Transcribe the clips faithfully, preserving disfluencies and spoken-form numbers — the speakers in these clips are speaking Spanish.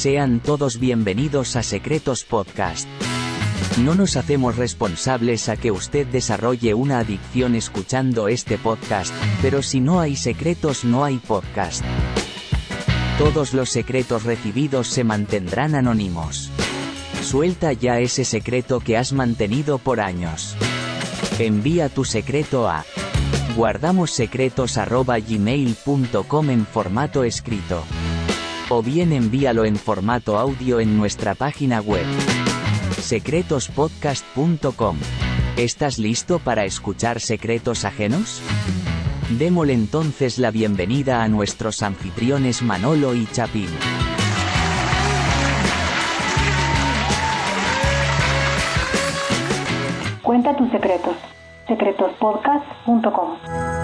Sean todos bienvenidos a Secretos Podcast. No nos hacemos responsables a que usted desarrolle una adicción escuchando este podcast, pero si no hay secretos no hay podcast. Todos los secretos recibidos se mantendrán anónimos. Suelta ya ese secreto que has mantenido por años. Envía tu secreto a guardamosecretos arroba gmail punto com en formato escrito. O bien envíalo en formato audio en nuestra página web secretos podcast punto com. ¿Estás listo para escuchar secretos ajenos? Démosle entonces la bienvenida a nuestros anfitriones Manolo y Chapín. Cuenta tus secretos. secretos podcast punto com.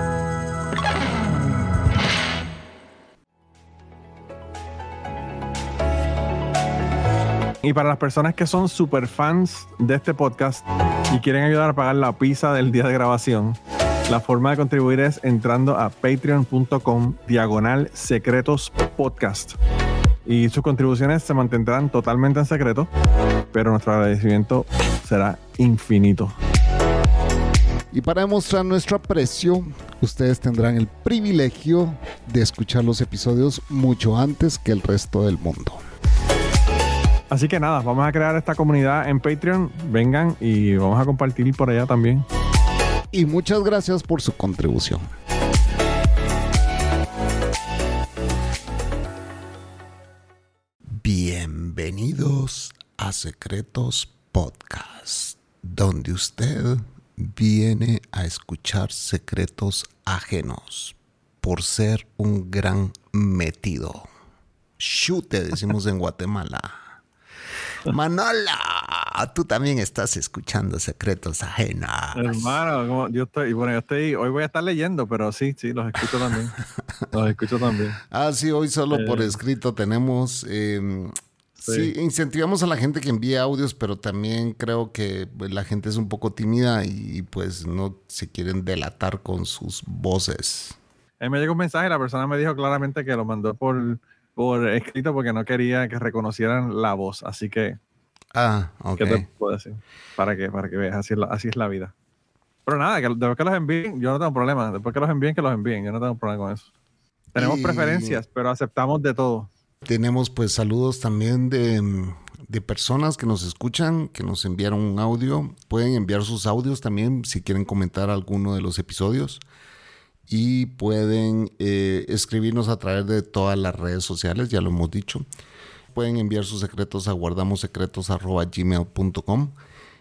Y para las personas que son super fans de este podcast y quieren ayudar a pagar la pizza del día de grabación, la forma de contribuir es entrando a patreon punto com diagonal secretos podcast. Y sus contribuciones se mantendrán totalmente en secreto, pero nuestro agradecimiento será infinito. Y para demostrar nuestro aprecio, ustedes tendrán el privilegio de escuchar los episodios mucho antes que el resto del mundo. Así que nada, vamos a crear esta comunidad en Patreon. Vengan y vamos a compartir por allá también. Y muchas gracias por su contribución. Bienvenidos a Secretos Podcast, donde usted viene a escuchar secretos ajenos por ser un gran metido. Chute, decimos en Guatemala. Manola, tú también estás escuchando secretos ajenos. Hermano, como yo estoy, bueno, yo estoy, hoy voy a estar leyendo, pero sí, sí, los escucho también. Los escucho también. Ah, sí, hoy solo eh, por escrito tenemos. Eh, sí. sí, incentivamos a la gente que envíe audios, pero también creo que la gente es un poco tímida y pues no se quieren delatar con sus voces. Eh, me llegó un mensaje y la persona me dijo claramente que lo mandó por. por escrito porque no quería que reconocieran la voz, así que ah, ok. ¿qué te puedo decir? Para que, para que veas, así es, la, así es la vida. Pero nada, que después que los envíen, yo no tengo problema. Después que los envíen, que los envíen. Yo no tengo problema con eso. Tenemos y preferencias, pero aceptamos de todo. Tenemos pues saludos también de, de personas que nos escuchan, que nos enviaron un audio. Pueden enviar sus audios también si quieren comentar alguno de los episodios. Y pueden eh, escribirnos a través de todas las redes sociales, ya lo hemos dicho. Pueden enviar sus secretos a guardamosecretos arroba gmail punto com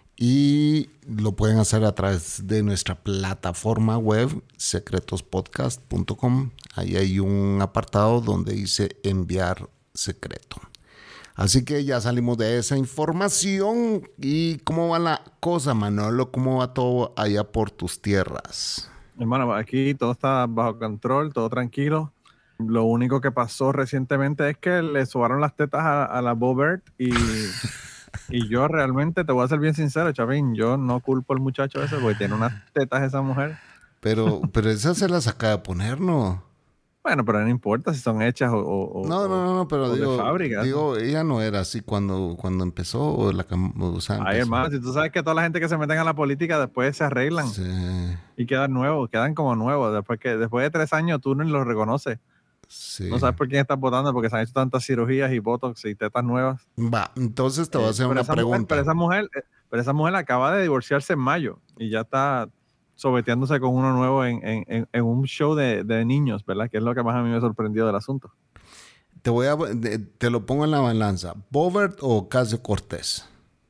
y lo pueden hacer a través de nuestra plataforma web secretos podcast punto com. Ahí hay un apartado donde dice enviar secreto. Así que ya salimos de esa información. ¿Y cómo va la cosa, Manolo? ¿Cómo va todo allá por tus tierras? Hermano, aquí todo está bajo control, todo tranquilo. Lo único que pasó recientemente es que le sobaron las tetas a, a la Bobert y, y yo realmente, te voy a ser bien sincero, Chavín, yo no culpo al muchacho ese porque tiene unas tetas esa mujer. Pero, pero esa se las acaba de poner, ¿no? Bueno, pero no importa si son hechas o, o no, no, no, pero o digo, de fábrica. Digo, ella no era así cuando, cuando empezó o la o sea, Ay, hermano, si tú sabes que toda la gente que se meten a la política después se arreglan sí. Y quedan nuevos, quedan como nuevos. Después que después de tres años tú no los reconoces. Sí. No sabes por quién estás votando porque se han hecho tantas cirugías y botox y tetas nuevas. Va, entonces te voy a hacer eh, una esa pregunta. Mujer, pero, esa mujer, pero esa mujer acaba de divorciarse en mayo y ya está sobeteándose con uno nuevo en, en, en un show de, de niños, ¿verdad? Que es lo que más a mí me sorprendió del asunto. Te voy a te lo pongo en la balanza. ¿Bobert o Ocasio-Cortez?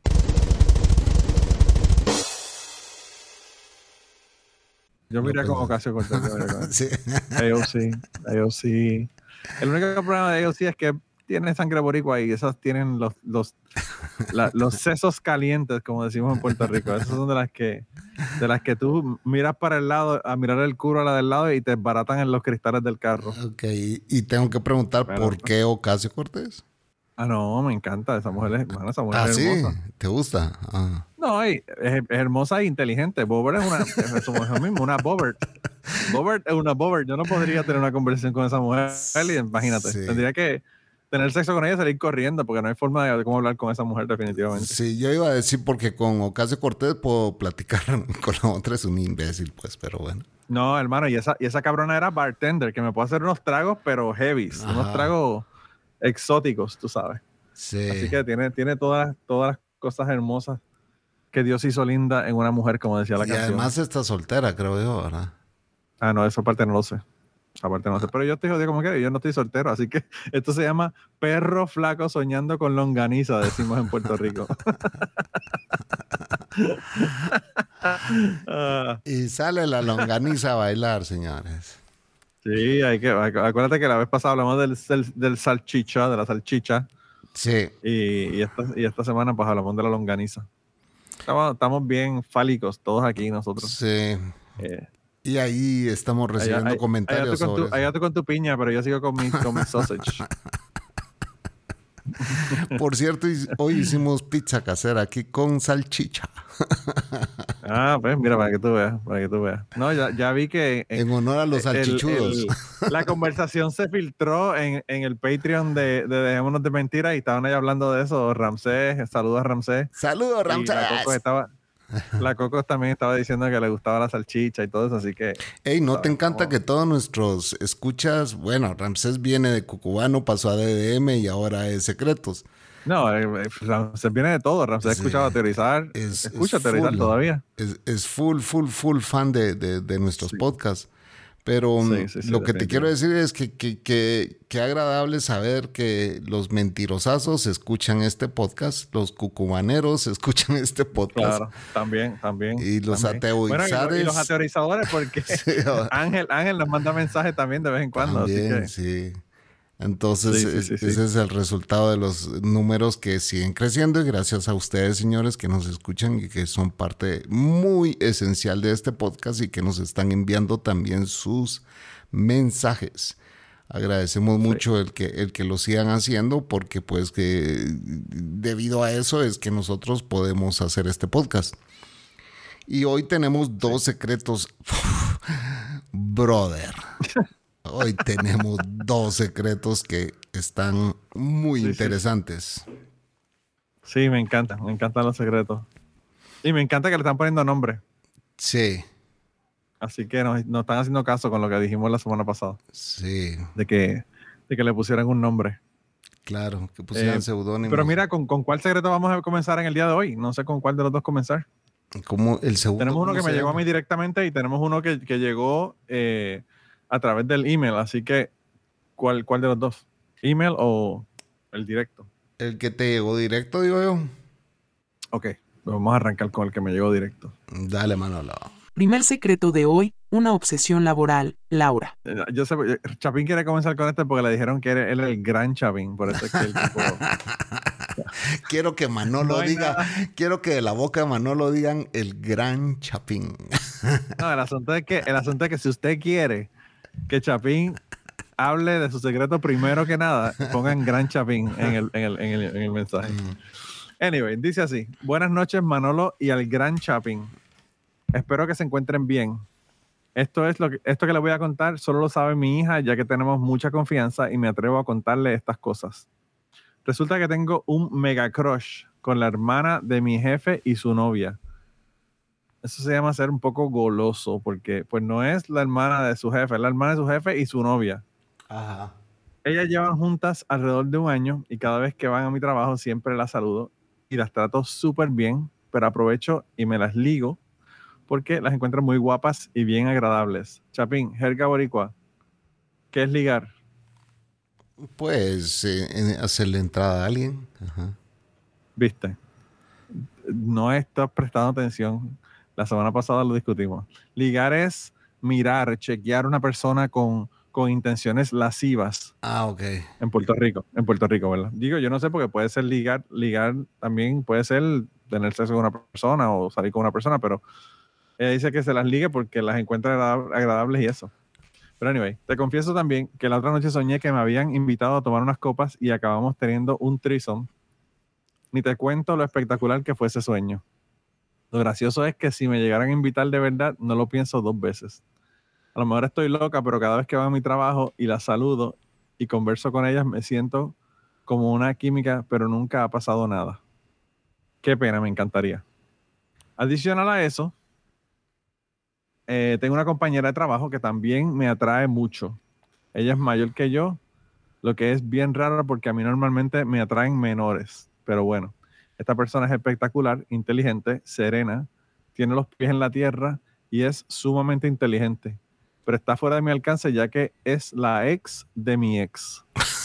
Yo miraría con Ocasio-Cortez. Sí. A O C. A O C. El único problema de A O C es que tiene sangre boricua y esas tienen los, los, la, los sesos calientes, como decimos en Puerto Rico. Esas son de las que de las que tú miras para el lado, a mirar el culo a la del lado y te baratan en los cristales del carro. Ok, y tengo que preguntar bueno, ¿por qué Ocasio-Cortez? Ah, no, me encanta. Esa mujer es, bueno, esa mujer ah, es ¿sí? hermosa. ¿Te gusta? Ah. No, es, es hermosa e inteligente. Bobert es una, es su mujer mismo, una Bobert. Bobert es una Bobert. Yo no podría tener una conversación con esa mujer. Sí. Imagínate. Tendría que tener sexo con ella es salir corriendo, porque no hay forma de cómo hablar con esa mujer definitivamente. Sí, yo iba a decir porque con Ocasio Cortés puedo platicar, con la otra es un imbécil, pues, pero bueno. No, hermano, y esa, y esa cabrona era bartender, que me puede hacer unos tragos, pero heavies, Ajá. unos tragos exóticos, tú sabes. Sí. Así que tiene, tiene todas, todas las cosas hermosas que Dios hizo linda en una mujer, como decía la Y canción. además está soltera, creo yo, ¿verdad? Ah, no, esa parte no lo sé. Esa parte no lo sé. Pero yo estoy jodido como que yo no estoy soltero, así que esto se llama perro flaco soñando con longaniza, decimos en Puerto Rico. Ah, Y sale la longaniza a bailar, señores. sí, hay que, acu- acuérdate que la vez pasada hablamos del, del, del salchicha, de la salchicha, Sí. y, y, esta, y esta semana pues hablamos de la longaniza. Estamos, estamos bien fálicos todos aquí nosotros. Sí. Eh, Y ahí estamos recibiendo allá- ahí- comentarios allá tú con sobre tu, eso. allá tú con tu piña, pero yo sigo con mi, con mi sausage. Por cierto, hoy hicimos pizza casera aquí con salchicha. Ah, pues mira, para que tú veas, para que tú veas. No, ya, ya vi que en, En honor a los el- salchichudos. el- la conversación se filtró en, en el Patreon de, de Dejémonos de Mentiras y estaban ahí hablando de eso. Ramsés, saludos a Ramsés. Saludos, Y la Coco Ramsés. estaba, la Coco también estaba diciendo que le gustaba la salchicha y todo eso, así que Ey, ¿no te ¿sabes encanta cómo? que todos nuestros escuchas, bueno, Ramsés viene de Cucubano, pasó a D D M y ahora es Secretos? no, eh, eh, Ramsés viene de todo. Ramsés Sí. escuchaba teorizar, Es- escucha es teorizar full. todavía. Es, es full, full, full fan de, de- de nuestros Sí. podcasts. Pero Sí, mm, sí, sí, lo que te definitivo. quiero decir es que que, que, que agradable saber que los mentirosazos escuchan este podcast, los cucubaneros escuchan este podcast. Claro, también, también. Y los también. Bueno, y, lo- y ateoizares. los ateorizadores, porque Sí, Ángel, Ángel nos manda mensajes también de vez en cuando. también, así que, sí. Entonces, Sí, sí, es- sí, sí. ese es el resultado de los números que siguen creciendo y gracias a ustedes, señores, que nos escuchan y que son parte muy esencial de este podcast y que nos están enviando también sus mensajes. Agradecemos mucho el que, el que lo sigan haciendo porque pues que debido a eso es que nosotros podemos hacer este podcast. Y hoy tenemos dos secretos. Brother. Hoy tenemos dos secretos que están muy Sí, sí. interesantes. sí, me encanta, me encantan los secretos. Y me encanta que le están poniendo nombre. Sí, Así que nos, nos están haciendo caso con lo que dijimos la semana pasada, sí, de que, de que le pusieran un nombre. claro, que pusieran Eh, seudónimos. Pero mira, ¿con, ¿con cuál secreto vamos a comenzar en el día de hoy? No sé con cuál de los dos comenzar. Como el segundo. Tenemos uno ¿cómo que me se llegó a llama? mí directamente y tenemos uno que, que llegó eh, a través del email. Así que, ¿cuál, ¿cuál de los dos? ¿Email o el directo? El que te llegó directo, digo yo. Ok, pues vamos a arrancar con el que me llegó directo. Dale, Manolo. Primer secreto de hoy, una obsesión laboral, Laura. Eh, Yo sé, eh, Chapín quiere comenzar con este porque le dijeron que él él es el gran Chapín. Por eso es que el tipo... Quiero que Manolo No hay diga, nada. quiero que de la boca de Manolo digan el gran Chapín. No, el asunto es que, el asunto es que si usted quiere que Chapín hable de su secreto primero que nada, pongan gran Chapín en el, en el, en el, en el mensaje. Anyway, dice así: buenas noches, Manolo y al gran Chapín. Espero que se encuentren bien. Esto es lo que, esto que les voy a contar solo lo sabe mi hija, ya que tenemos mucha confianza y me atrevo a contarle estas cosas. Resulta que tengo un mega crush con la hermana de mi jefe y su novia. Eso se llama ser un poco goloso, porque pues no es la hermana de su jefe, es la hermana de su jefe y su novia. Ajá. Ellas llevan juntas alrededor de un año y cada vez que van a mi trabajo siempre las saludo y las trato súper bien, pero aprovecho y me las ligo porque las encuentro muy guapas y bien agradables. Chapín, jerga boricua, ¿qué es ligar? Pues eh, en- hacerle entrada a alguien. Ajá. ¿Viste? No estás prestando atención. La semana pasada lo discutimos. Ligar es mirar, chequear a una persona con, con intenciones lascivas. Ah, ok. En Puerto Rico, en Puerto Rico, ¿verdad? Digo, yo no sé porque puede ser ligar, ligar también puede ser tener sexo con una persona o salir con una persona, pero ella dice que se las ligue porque las encuentra agrada- agradables y eso. Pero anyway, te confieso también que la otra noche soñé que me habían invitado a tomar unas copas y acabamos teniendo un threesome. Ni te cuento lo espectacular que fue ese sueño. Lo gracioso es que si me llegaran a invitar de verdad, no lo pienso dos veces. A lo mejor estoy loca, pero cada vez que voy a mi trabajo y las saludo y converso con ellas, me siento como una química, pero nunca ha pasado nada. Qué pena, me encantaría. Adicional a eso, eh, tengo una compañera de trabajo que también me atrae mucho. Ella es mayor que yo, lo que es bien raro porque a mí normalmente me atraen menores. Pero bueno, esta persona es espectacular, inteligente, serena, tiene los pies en la tierra y es sumamente inteligente. Pero está fuera de mi alcance ya que es la ex de mi ex.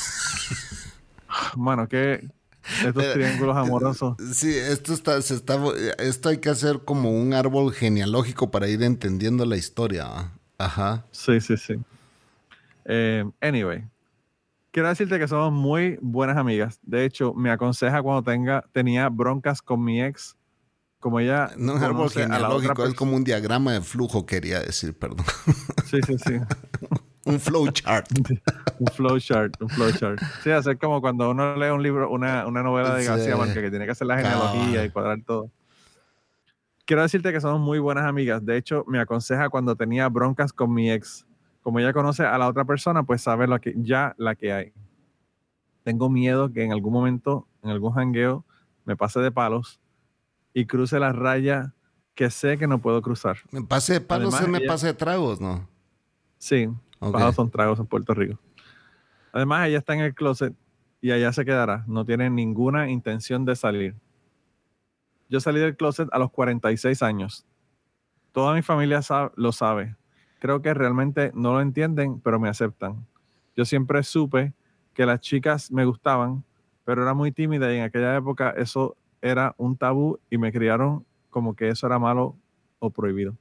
Mano, que estos triángulos amorosos. Sí, esto está, se está, esto hay que hacer como un árbol genealógico para ir entendiendo la historia. ¿eh? Ajá. Sí, sí, sí. Eh, anyway, quiero decirte que somos muy buenas amigas. De hecho, me aconseja cuando tenga, tenía broncas con mi ex, como ella No es árbol genealógico, es como un diagrama de flujo, quería decir, perdón. Sí, sí, sí. Un flowchart. Un flowchart, un flowchart. Sí, hacer como cuando uno lee un libro, una, una novela de Sí. García Márquez, que tiene que hacer la genealogía Ah. y cuadrar todo. Quiero decirte que somos muy buenas amigas. De hecho, me aconseja cuando tenía broncas con mi ex. Como ella conoce a la otra persona, pues sabe lo que, ya la que hay. Tengo miedo que en algún momento, en algún jangueo, me pase de palos y cruce la raya que sé que no puedo cruzar. Me pase de palos, Además, se me ella- pase de tragos, ¿no? Sí, Ok. palos son tragos en Puerto Rico. Además, ella está en el closet y allá se quedará. No tiene ninguna intención de salir. Yo salí del closet a los cuarenta y seis años. Toda mi familia sabe, lo sabe. Creo que realmente no lo entienden, pero me aceptan. Yo siempre supe que las chicas me gustaban, pero era muy tímida y en aquella época eso era un tabú y me criaron como que eso era malo o prohibido.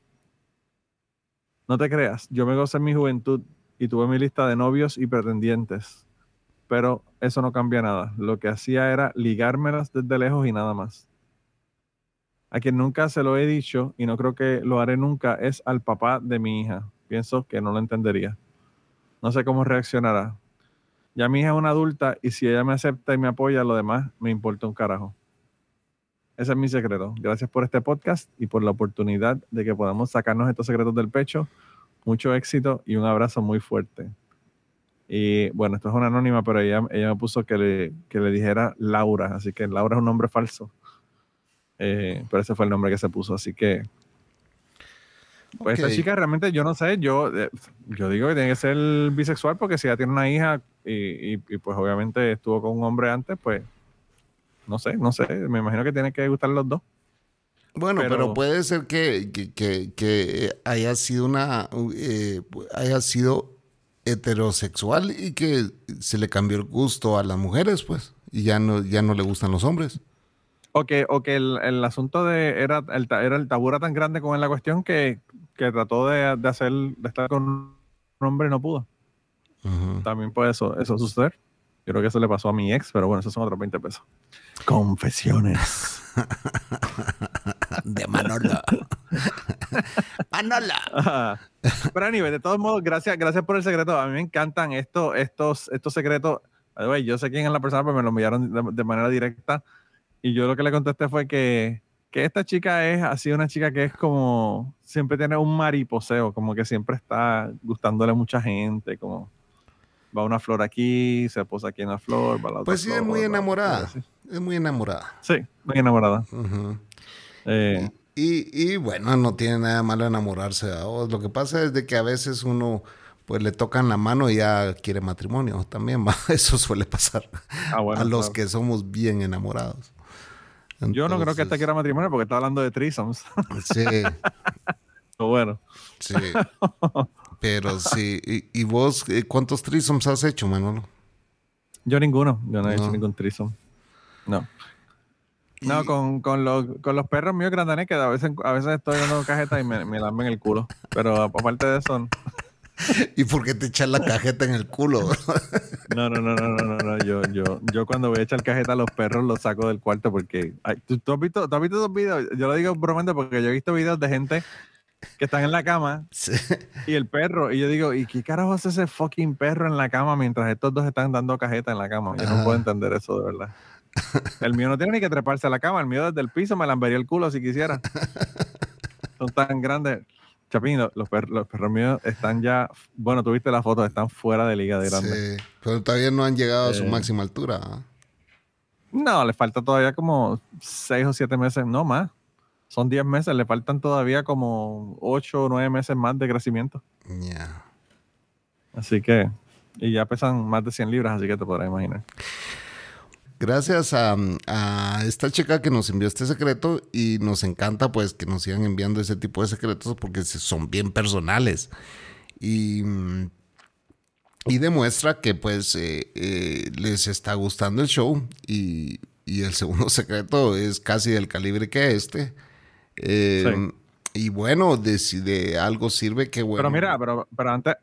No te creas, yo me gocé en mi juventud y tuve mi lista de novios y pretendientes, pero eso no cambia nada. Lo que hacía era ligármelas desde lejos y nada más. A quien nunca se lo he dicho y no creo que lo haré nunca es al papá de mi hija. Pienso que no lo entendería. No sé cómo reaccionará. Ya mi hija es una adulta y si ella me acepta y me apoya, lo demás me importa un carajo. Ese es mi secreto. Gracias por este podcast y por la oportunidad de que podamos sacarnos estos secretos del pecho. Mucho éxito y un abrazo muy fuerte. Y bueno, esto es una anónima, pero ella, ella me puso que le, que le dijera Laura. Así que Laura es un nombre falso. Eh, pero ese fue el nombre que se puso. Así que pues Ok. esta chica realmente, yo no sé, yo, eh, yo digo que tiene que ser bisexual porque si ya tiene una hija y, y, y pues obviamente estuvo con un hombre antes, pues no sé, no sé, me imagino que tiene que gustar los dos. Bueno, pero, Pero- puede ser que, que, que- que haya sido una eh, haya sido heterosexual y que se le cambió el gusto a las mujeres, pues, y ya no, ya no le gustan los hombres. O que, o que el, el asunto de era el, ta- era el tabú era tan grande con la cuestión que, que trató de, de hacer, de estar con un hombre y no pudo. Ujú. También puede eso, eso suceder. Yo creo que eso le pasó a mi ex, pero bueno, esos son otros veinte pesos. Confesiones. De Manolo. Manolo. Ajá. Pero anyway, de todos modos, gracias, gracias por el secreto. A mí me encantan estos, estos, estos secretos. By the way, yo sé quién es la persona, pero me lo enviaron de, de manera directa. Y yo lo que le contesté fue que, que esta chica es así una chica que es como, siempre tiene un mariposeo, como que siempre está gustándole a mucha gente, como va una flor aquí, se posa aquí en la flor, va la otra Pues sí, es flor, muy va- enamorada. sí. Es muy enamorada. Sí, muy enamorada. Ujú. Eh, Y, y bueno, no tiene nada malo enamorarse de vos. Lo que pasa es de que a veces uno pues le tocan la mano y ya quiere matrimonio también. ¿va? Eso suele pasar ah, bueno, a los claro. que somos bien enamorados. Yo no creo que esta Entonces, quiera matrimonio porque está hablando de threesomes. Sí, Pero bueno. sí. Pero sí. ¿Y, y vos eh, cuántos threesomes has hecho, Manolo? Yo ninguno. Yo no he No. hecho ningún threesome. No. No, Y- con, con, los, con los perros míos grandanes que a veces, a veces estoy dando cajeta y me, me lamben el culo. Pero aparte de eso, ¿Y por qué te echas la cajeta en el culo? no, no, no, no, no, no, no. Yo, yo, yo cuando voy a echar cajeta a los perros los saco del cuarto porque... ay, ¿tú, tú has visto, ¿Tú has visto esos videos? Yo lo digo bromeando porque yo he visto videos de gente que están en la cama Sí. y el perro, y yo digo, ¿y qué carajo hace ese fucking perro en la cama mientras estos dos están dando cajeta en la cama? Yo no Ajá. puedo entender eso, de verdad. El mío no tiene ni que treparse a la cama, el mío desde el piso me lambería el culo si quisiera. Son tan grandes. Chapín, los, los, per- los perros míos están ya, bueno, tú viste la foto, están fuera de liga de grandes. Sí, pero todavía no han llegado a su Eh. máxima altura. ¿ah? No, le falta todavía como seis o siete meses, no más. Son diez meses, le faltan todavía como ocho o nueve meses más de crecimiento. Ya. Yeah. Así que, y ya pesan más de cien libras, así que te podrás imaginar. Gracias a, a esta chica que nos envió este secreto, y nos encanta pues que nos sigan enviando ese tipo de secretos porque son bien personales y, y demuestra que pues eh, eh, les está gustando el show, y, y el segundo secreto es casi del calibre que este. Eh, sí. Y bueno, de, si de algo sirve, qué bueno. Pero mira, pero, pero antes,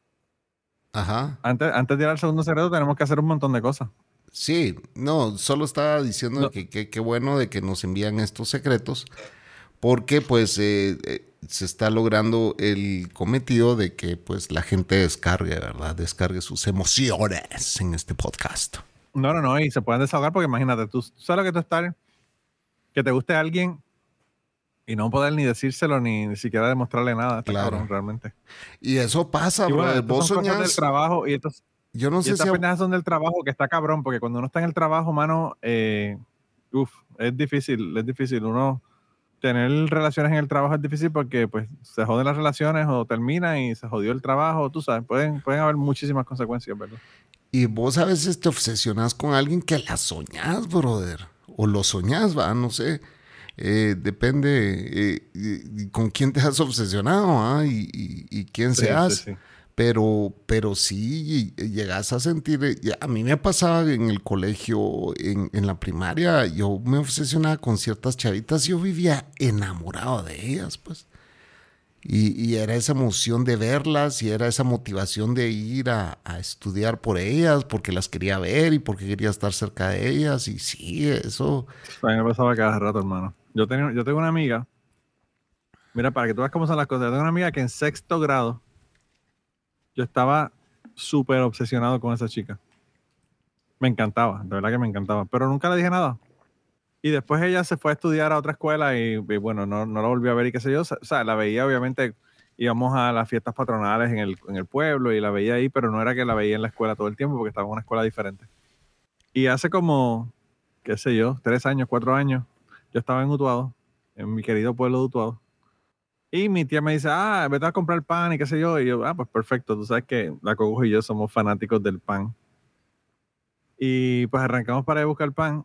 Ajá. antes, antes de ir al segundo secreto tenemos que hacer un montón de cosas. Sí, no, solo estaba diciendo no. que qué bueno de que nos envían estos secretos, porque pues eh, eh, se está logrando el cometido de que pues la gente descargue, ¿verdad? Descargue sus emociones en este podcast. No, no, no, y se pueden desahogar porque imagínate, tú sabes lo que tú estás, que te guste a alguien y no poder ni decírselo ni, ni siquiera demostrarle nada. Está claro, cabrón, realmente. Y eso pasa, y bueno, bro. Vos son soñás... cosas del trabajo y estos... Yo no sé y estas si... pendejas son del trabajo, que está cabrón, porque cuando uno está en el trabajo, mano, eh, uf, es difícil, es difícil. Uno tener relaciones en el trabajo es difícil porque pues se joden las relaciones o termina y se jodió el trabajo, tú sabes, pueden, pueden haber muchísimas consecuencias, ¿verdad? Y vos a veces te obsesionás con alguien que la soñás, brother, o lo soñás, va, no sé. Eh, depende eh, y, y con quién te has obsesionado, ¿eh? y, y, y quién sí, seas. Sí, sí. Pero, pero sí llegas a sentir, a mí me pasaba en el colegio, en, en la primaria, yo me obsesionaba con ciertas chavitas, yo vivía enamorado de ellas, pues. Y, y era esa emoción de verlas y era esa motivación de ir a, a estudiar por ellas, porque las quería ver y porque quería estar cerca de ellas. Y sí, eso... A mí me pasaba cada rato, hermano. Yo, tenía, yo tengo una amiga, mira, para que tú veas cómo son las cosas, yo tengo una amiga que en sexto grado yo estaba súper obsesionado con esa chica. Me encantaba, de verdad que me encantaba. Pero nunca le dije nada. Y después ella se fue a estudiar a otra escuela y, y bueno, no, no la volví a ver y qué sé yo. O sea, la veía, obviamente, íbamos a las fiestas patronales en el, en el pueblo y la veía ahí, pero no era que la veía en la escuela todo el tiempo porque estaba en una escuela diferente. Y hace como, qué sé yo, tres años, cuatro años, yo estaba en Utuado, en mi querido pueblo de Utuado. Y mi tía me dice, ah, vete a comprar pan y qué sé yo. Y yo, ah, pues perfecto. Tú sabes que la Coco y yo somos fanáticos del pan. Y pues arrancamos para ir a buscar pan.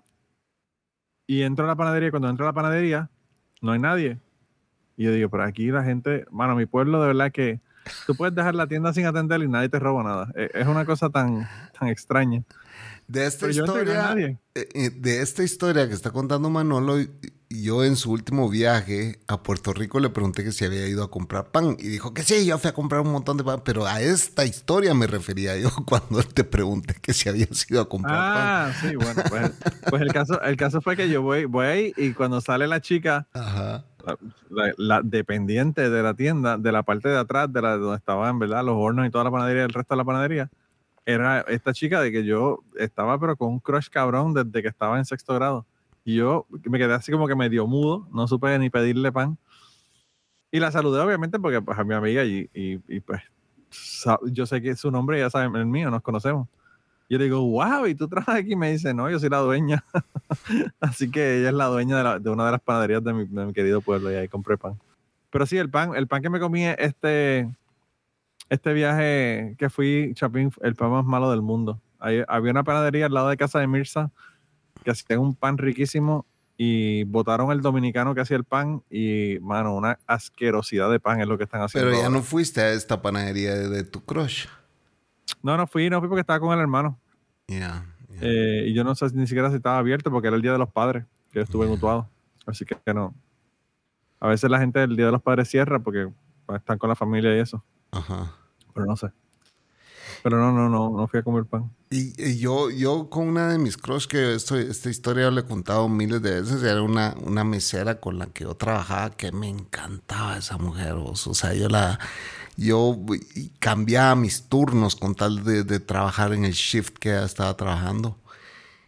Y entro a la panadería. Y cuando entro a la panadería, no hay nadie. Y yo digo, pero aquí la gente... Mano, mi pueblo de verdad que... Tú puedes dejar la tienda sin atender y nadie te roba nada. Es una cosa tan, tan extraña. De esta pero historia... No de esta historia que está contando Manolo... Yo en su último viaje a Puerto Rico le pregunté que si había ido a comprar pan y dijo que sí, yo fui a comprar un montón de pan, pero a esta historia me refería yo cuando te pregunté que si habías ido a comprar ah, pan. Ah, sí, bueno, pues, pues el, caso, el caso fue que yo voy, voy ahí y cuando sale la chica, Ajá. La, la, la dependiente de la tienda, de la parte de atrás, de la donde estaban, ¿verdad? Los hornos y toda la panadería, el resto de la panadería, era esta chica de que yo estaba pero con un crush cabrón desde que estaba en sexto grado. Y yo me quedé así como que medio mudo, no supe ni pedirle pan. Y la saludé obviamente porque pues, a mi amiga y, y, y pues yo sé que es su nombre y ella sabe el mío, nos conocemos. Y yo le digo, wow, ¿y tú trabajas aquí? Y me dice, no, yo soy la dueña. Así que ella es la dueña de, la, de una de las panaderías de mi, de mi querido pueblo y ahí compré pan. Pero sí, el pan, el pan que me comí este, este viaje que fui, Chapín, el pan más malo del mundo. Ahí, había una panadería al lado de casa de Mirza que hacían un pan riquísimo y botaron el dominicano que hacía el pan y, mano, una asquerosidad de pan es lo que están haciendo. Pero ya ahora. No fuiste a esta panadería de, de tu crush. No, no fui, no fui porque estaba con el hermano. Yeah, yeah. Eh, y yo no sé ni siquiera si estaba abierto porque era el Día de los Padres, que yo estuve yeah. en Utuado. Así que no. A veces la gente del Día de los Padres cierra porque pues, están con la familia y eso. Ajá. Pero no sé. Pero no, no, no, no fui a comer pan. Y, y yo, yo con una de mis crush, que esto, esta historia le he contado miles de veces, era una, una mesera con la que yo trabajaba que me encantaba esa mujer. Vos. O sea, yo la... Yo cambiaba mis turnos con tal de, de trabajar en el shift que ella estaba trabajando.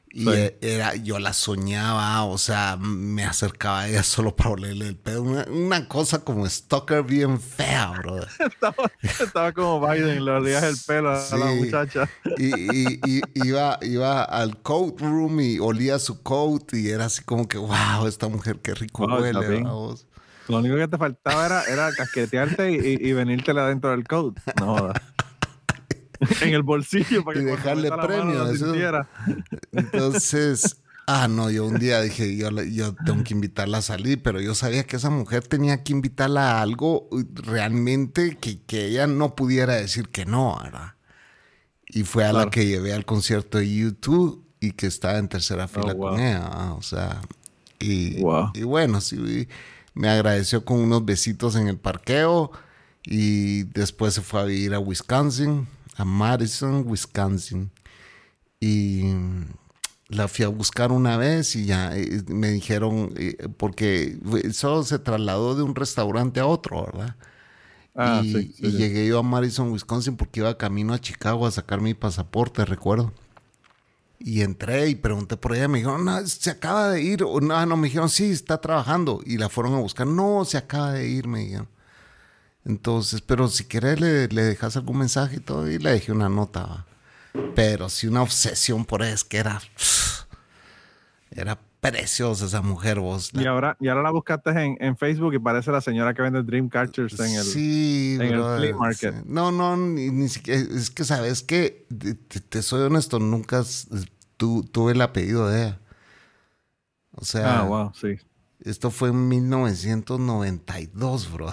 Y Sí. era, yo la soñaba, o sea, me acercaba a ella solo para olerle el pedo. Una, una cosa como stalker bien fea, bro. Estaba, estaba como Biden, le olías el pelo a Sí. la muchacha. Y, y- y iba, iba al coat room y olía su coat y era así como que, wow, esta mujer qué rico Wow, huele, Chapín. vamos. Lo único que te faltaba era, era casquetearte y, y, y venírtela dentro del coat. No jodas. En el bolsillo para Y que cuando dejarle meta la mano premio, lo eso. sintiera. Entonces, ah, no, yo un día dije, yo, le- yo tengo que invitarla a salir, pero yo sabía que esa mujer tenía que invitarla a algo realmente que, que ella no pudiera decir que no, ¿verdad? Y fue a Claro. la que llevé al concierto de YouTube y que estaba en tercera fila wow. con ella, ¿verdad? O sea, y, Wow. y bueno, sí, me agradeció con unos besitos en el parqueo y después se fue a vivir a Wisconsin, a Madison, Wisconsin. Y la fui a buscar una vez y ya eh, me dijeron, eh, porque solo se trasladó de un restaurante a otro, ¿verdad? Ah, y sí, sí, y sí. llegué yo a Madison, Wisconsin, porque iba camino a Chicago a sacar mi pasaporte, recuerdo. Y entré y pregunté por ella, me dijeron, no, se acaba de ir. O, no, no, me dijeron, sí, está trabajando. Y la fueron a buscar, no, se acaba de ir, me dijeron. Entonces, pero si querés le, le dejas algún mensaje y todo, y le dejé una nota, ¿va? Pero sí una obsesión por ella, es que era, era preciosa esa mujer, vos. Y La- ahora, y ahora la buscaste en, en Facebook y parece la señora que vende Dreamcatchers en el... sí, en el brother, flea market. sí. No, no, ni, ni siquiera, es que sabes que, te, te- te soy honesto, nunca s- tu, tuve el apellido de ella. O sea, Ah, wow, sí. esto fue en mil novecientos noventa y dos, bro.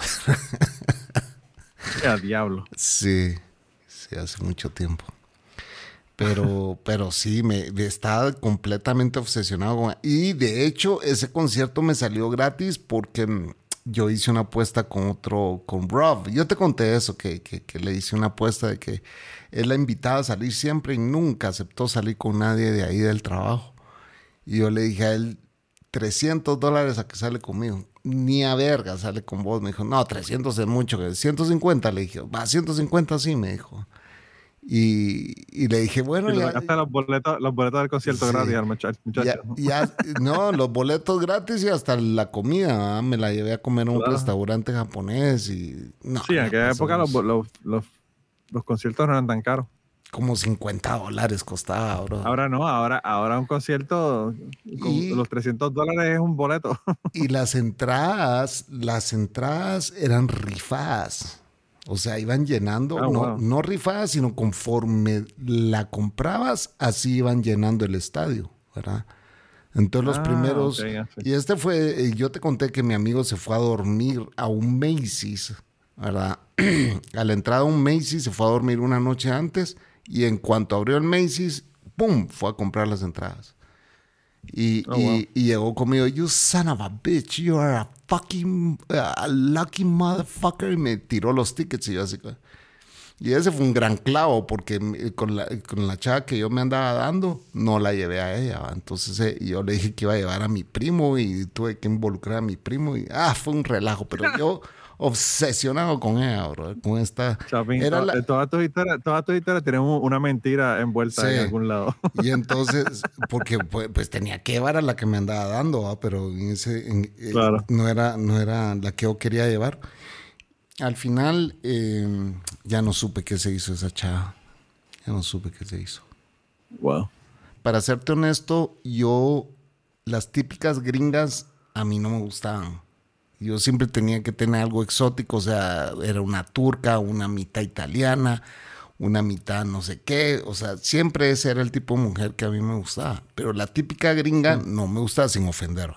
Ya, diablo. Sí, sí, hace mucho tiempo. Pero, pero sí, me, me estaba completamente obsesionado con... Y de hecho, ese concierto me salió gratis porque mm, yo hice una apuesta con otro, con Rob. Yo te conté eso, que, que, que le hice una apuesta de que él la invitaba a salir siempre y nunca aceptó salir con nadie de ahí del trabajo. Y yo le dije a él, trescientos dólares a que sale conmigo. Ni a verga sale con vos. Me dijo, no, trescientos es mucho. ciento cincuenta le dije, va, ciento cincuenta sí, me dijo. Y, y le dije, bueno, Y le ya, sacaste los boletos, los boletos del concierto Sí. gratis al muchacho. ya, ya, no, los boletos gratis y hasta la comida, ¿verdad? Me la llevé a comer a un Claro. restaurante japonés y no. Sí, en la aquella época los, pasamos- los, los, los conciertos no eran tan caros. Como cincuenta dólares costaba, bro. Ahora no, ahora, ahora un concierto con Y- los trescientos dólares es un boleto. Y las entradas, las entradas eran rifadas. O sea, iban llenando, Ah, no, wow. no rifadas, sino conforme la comprabas, así iban llenando el estadio, ¿verdad? Entonces los Ah, primeros... ok, ya sé. Y este fue, eh, yo te conté que mi amigo se fue a dormir a un Macy's, ¿verdad? A la entrada de un Macy's se fue a dormir una noche antes y en cuanto abrió el Macy's, ¡pum!, fue a comprar las entradas. Y, Oh, y- wow. y llegó conmigo, you son of a bitch, you are a fucking uh, lucky motherfucker. Y me tiró los tickets y yo así. Y ese fue un gran clavo porque me- con la, con la chava que yo me andaba dando, no la llevé a ella. ¿va? Entonces eh, yo le dije que iba a llevar a mi primo y tuve que involucrar a mi primo. Y ah, fue un relajo, pero yo obsesionado con ella, bro, con esta... Chapín, Era to- la- eh, todas tus historias, todas tus historias tienen un- una mentira envuelta Sí. en algún lado. Y entonces, porque pues, pues, tenía que llevar a la que me andaba dando, ¿va? Pero en ese, en- eh, Claro. no, era, no era la que yo quería llevar. Al final, eh, ya no supe qué se hizo esa chava. Ya no supe qué se hizo. Wow. Para serte honesto, yo, las típicas gringas a mí no me gustaban. Yo siempre tenía que tener algo exótico, o sea, era una turca, una mitad italiana, una mitad no sé qué, o sea, siempre ese era el tipo de mujer que a mí me gustaba. Pero la típica gringa no me gustaba, sin ofender.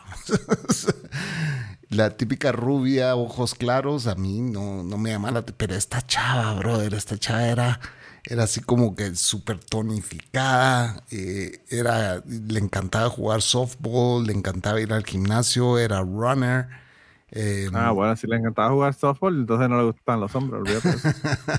La típica rubia, ojos claros, a mí no, no me llamaba la... Pero esta chava, brother, esta chava era... Era así como que súper tonificada, eh, era, le encantaba jugar softball, le encantaba ir al gimnasio, era runner. eh, Ah, bueno, si le encantaba jugar softball, entonces no le gustan los hombres, olvídate. de eso.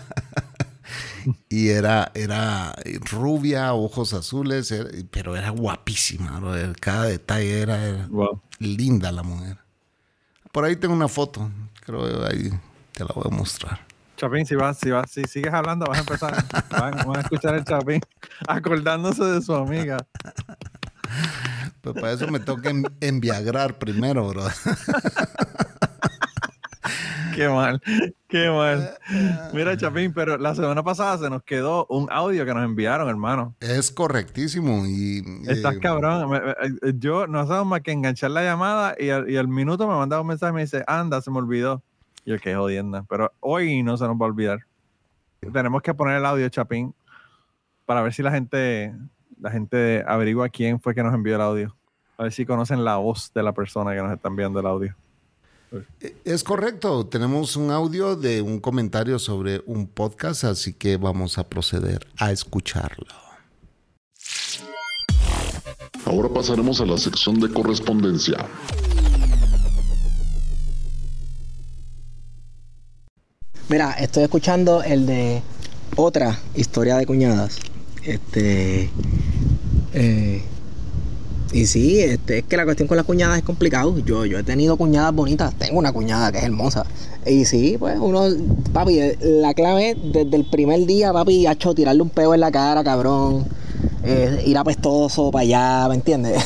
y era, era rubia, ojos azules, era- pero era guapísima, brother. Cada detalle era, era Wow. linda la mujer. Por ahí tengo una foto, creo que ahí te la voy a mostrar. Chapín, si vas, si vas, si sigues hablando, vas a empezar, van, van a escuchar el Chapín acordándose de su amiga. Pues para eso me toca en, enviagrar primero, bro. Qué mal, qué mal. Mira, Chapín, pero la semana pasada se nos quedó un audio que nos enviaron, hermano. Es correctísimo. Y, Estás eh, cabrón. Me- me- Yo no hacemos más que enganchar la llamada y al, y al minuto me mandaba un mensaje y me dice, anda, se me olvidó. Y yo, qué jodienda. Pero hoy no se nos va a olvidar. Tenemos que poner el audio, Chapín, para ver si la gente, la gente averigua quién fue que nos envió el audio. A ver si conocen la voz de la persona que nos está enviando el audio. Es correcto. Tenemos un audio de un comentario sobre un podcast, así que vamos a proceder a escucharlo. Ahora pasaremos a la sección de correspondencia. Mira, estoy escuchando el de otra historia de cuñadas. Este. Eh, y sí, este, es que la cuestión con las cuñadas es complicado. Yo, yo he tenido cuñadas bonitas. Tengo una cuñada que es hermosa. Y sí, pues uno. Papi, la clave desde el primer día, papi, ha hecho tirarle un peo en la cara, cabrón. Eh, ir apestoso para allá, ¿me entiendes?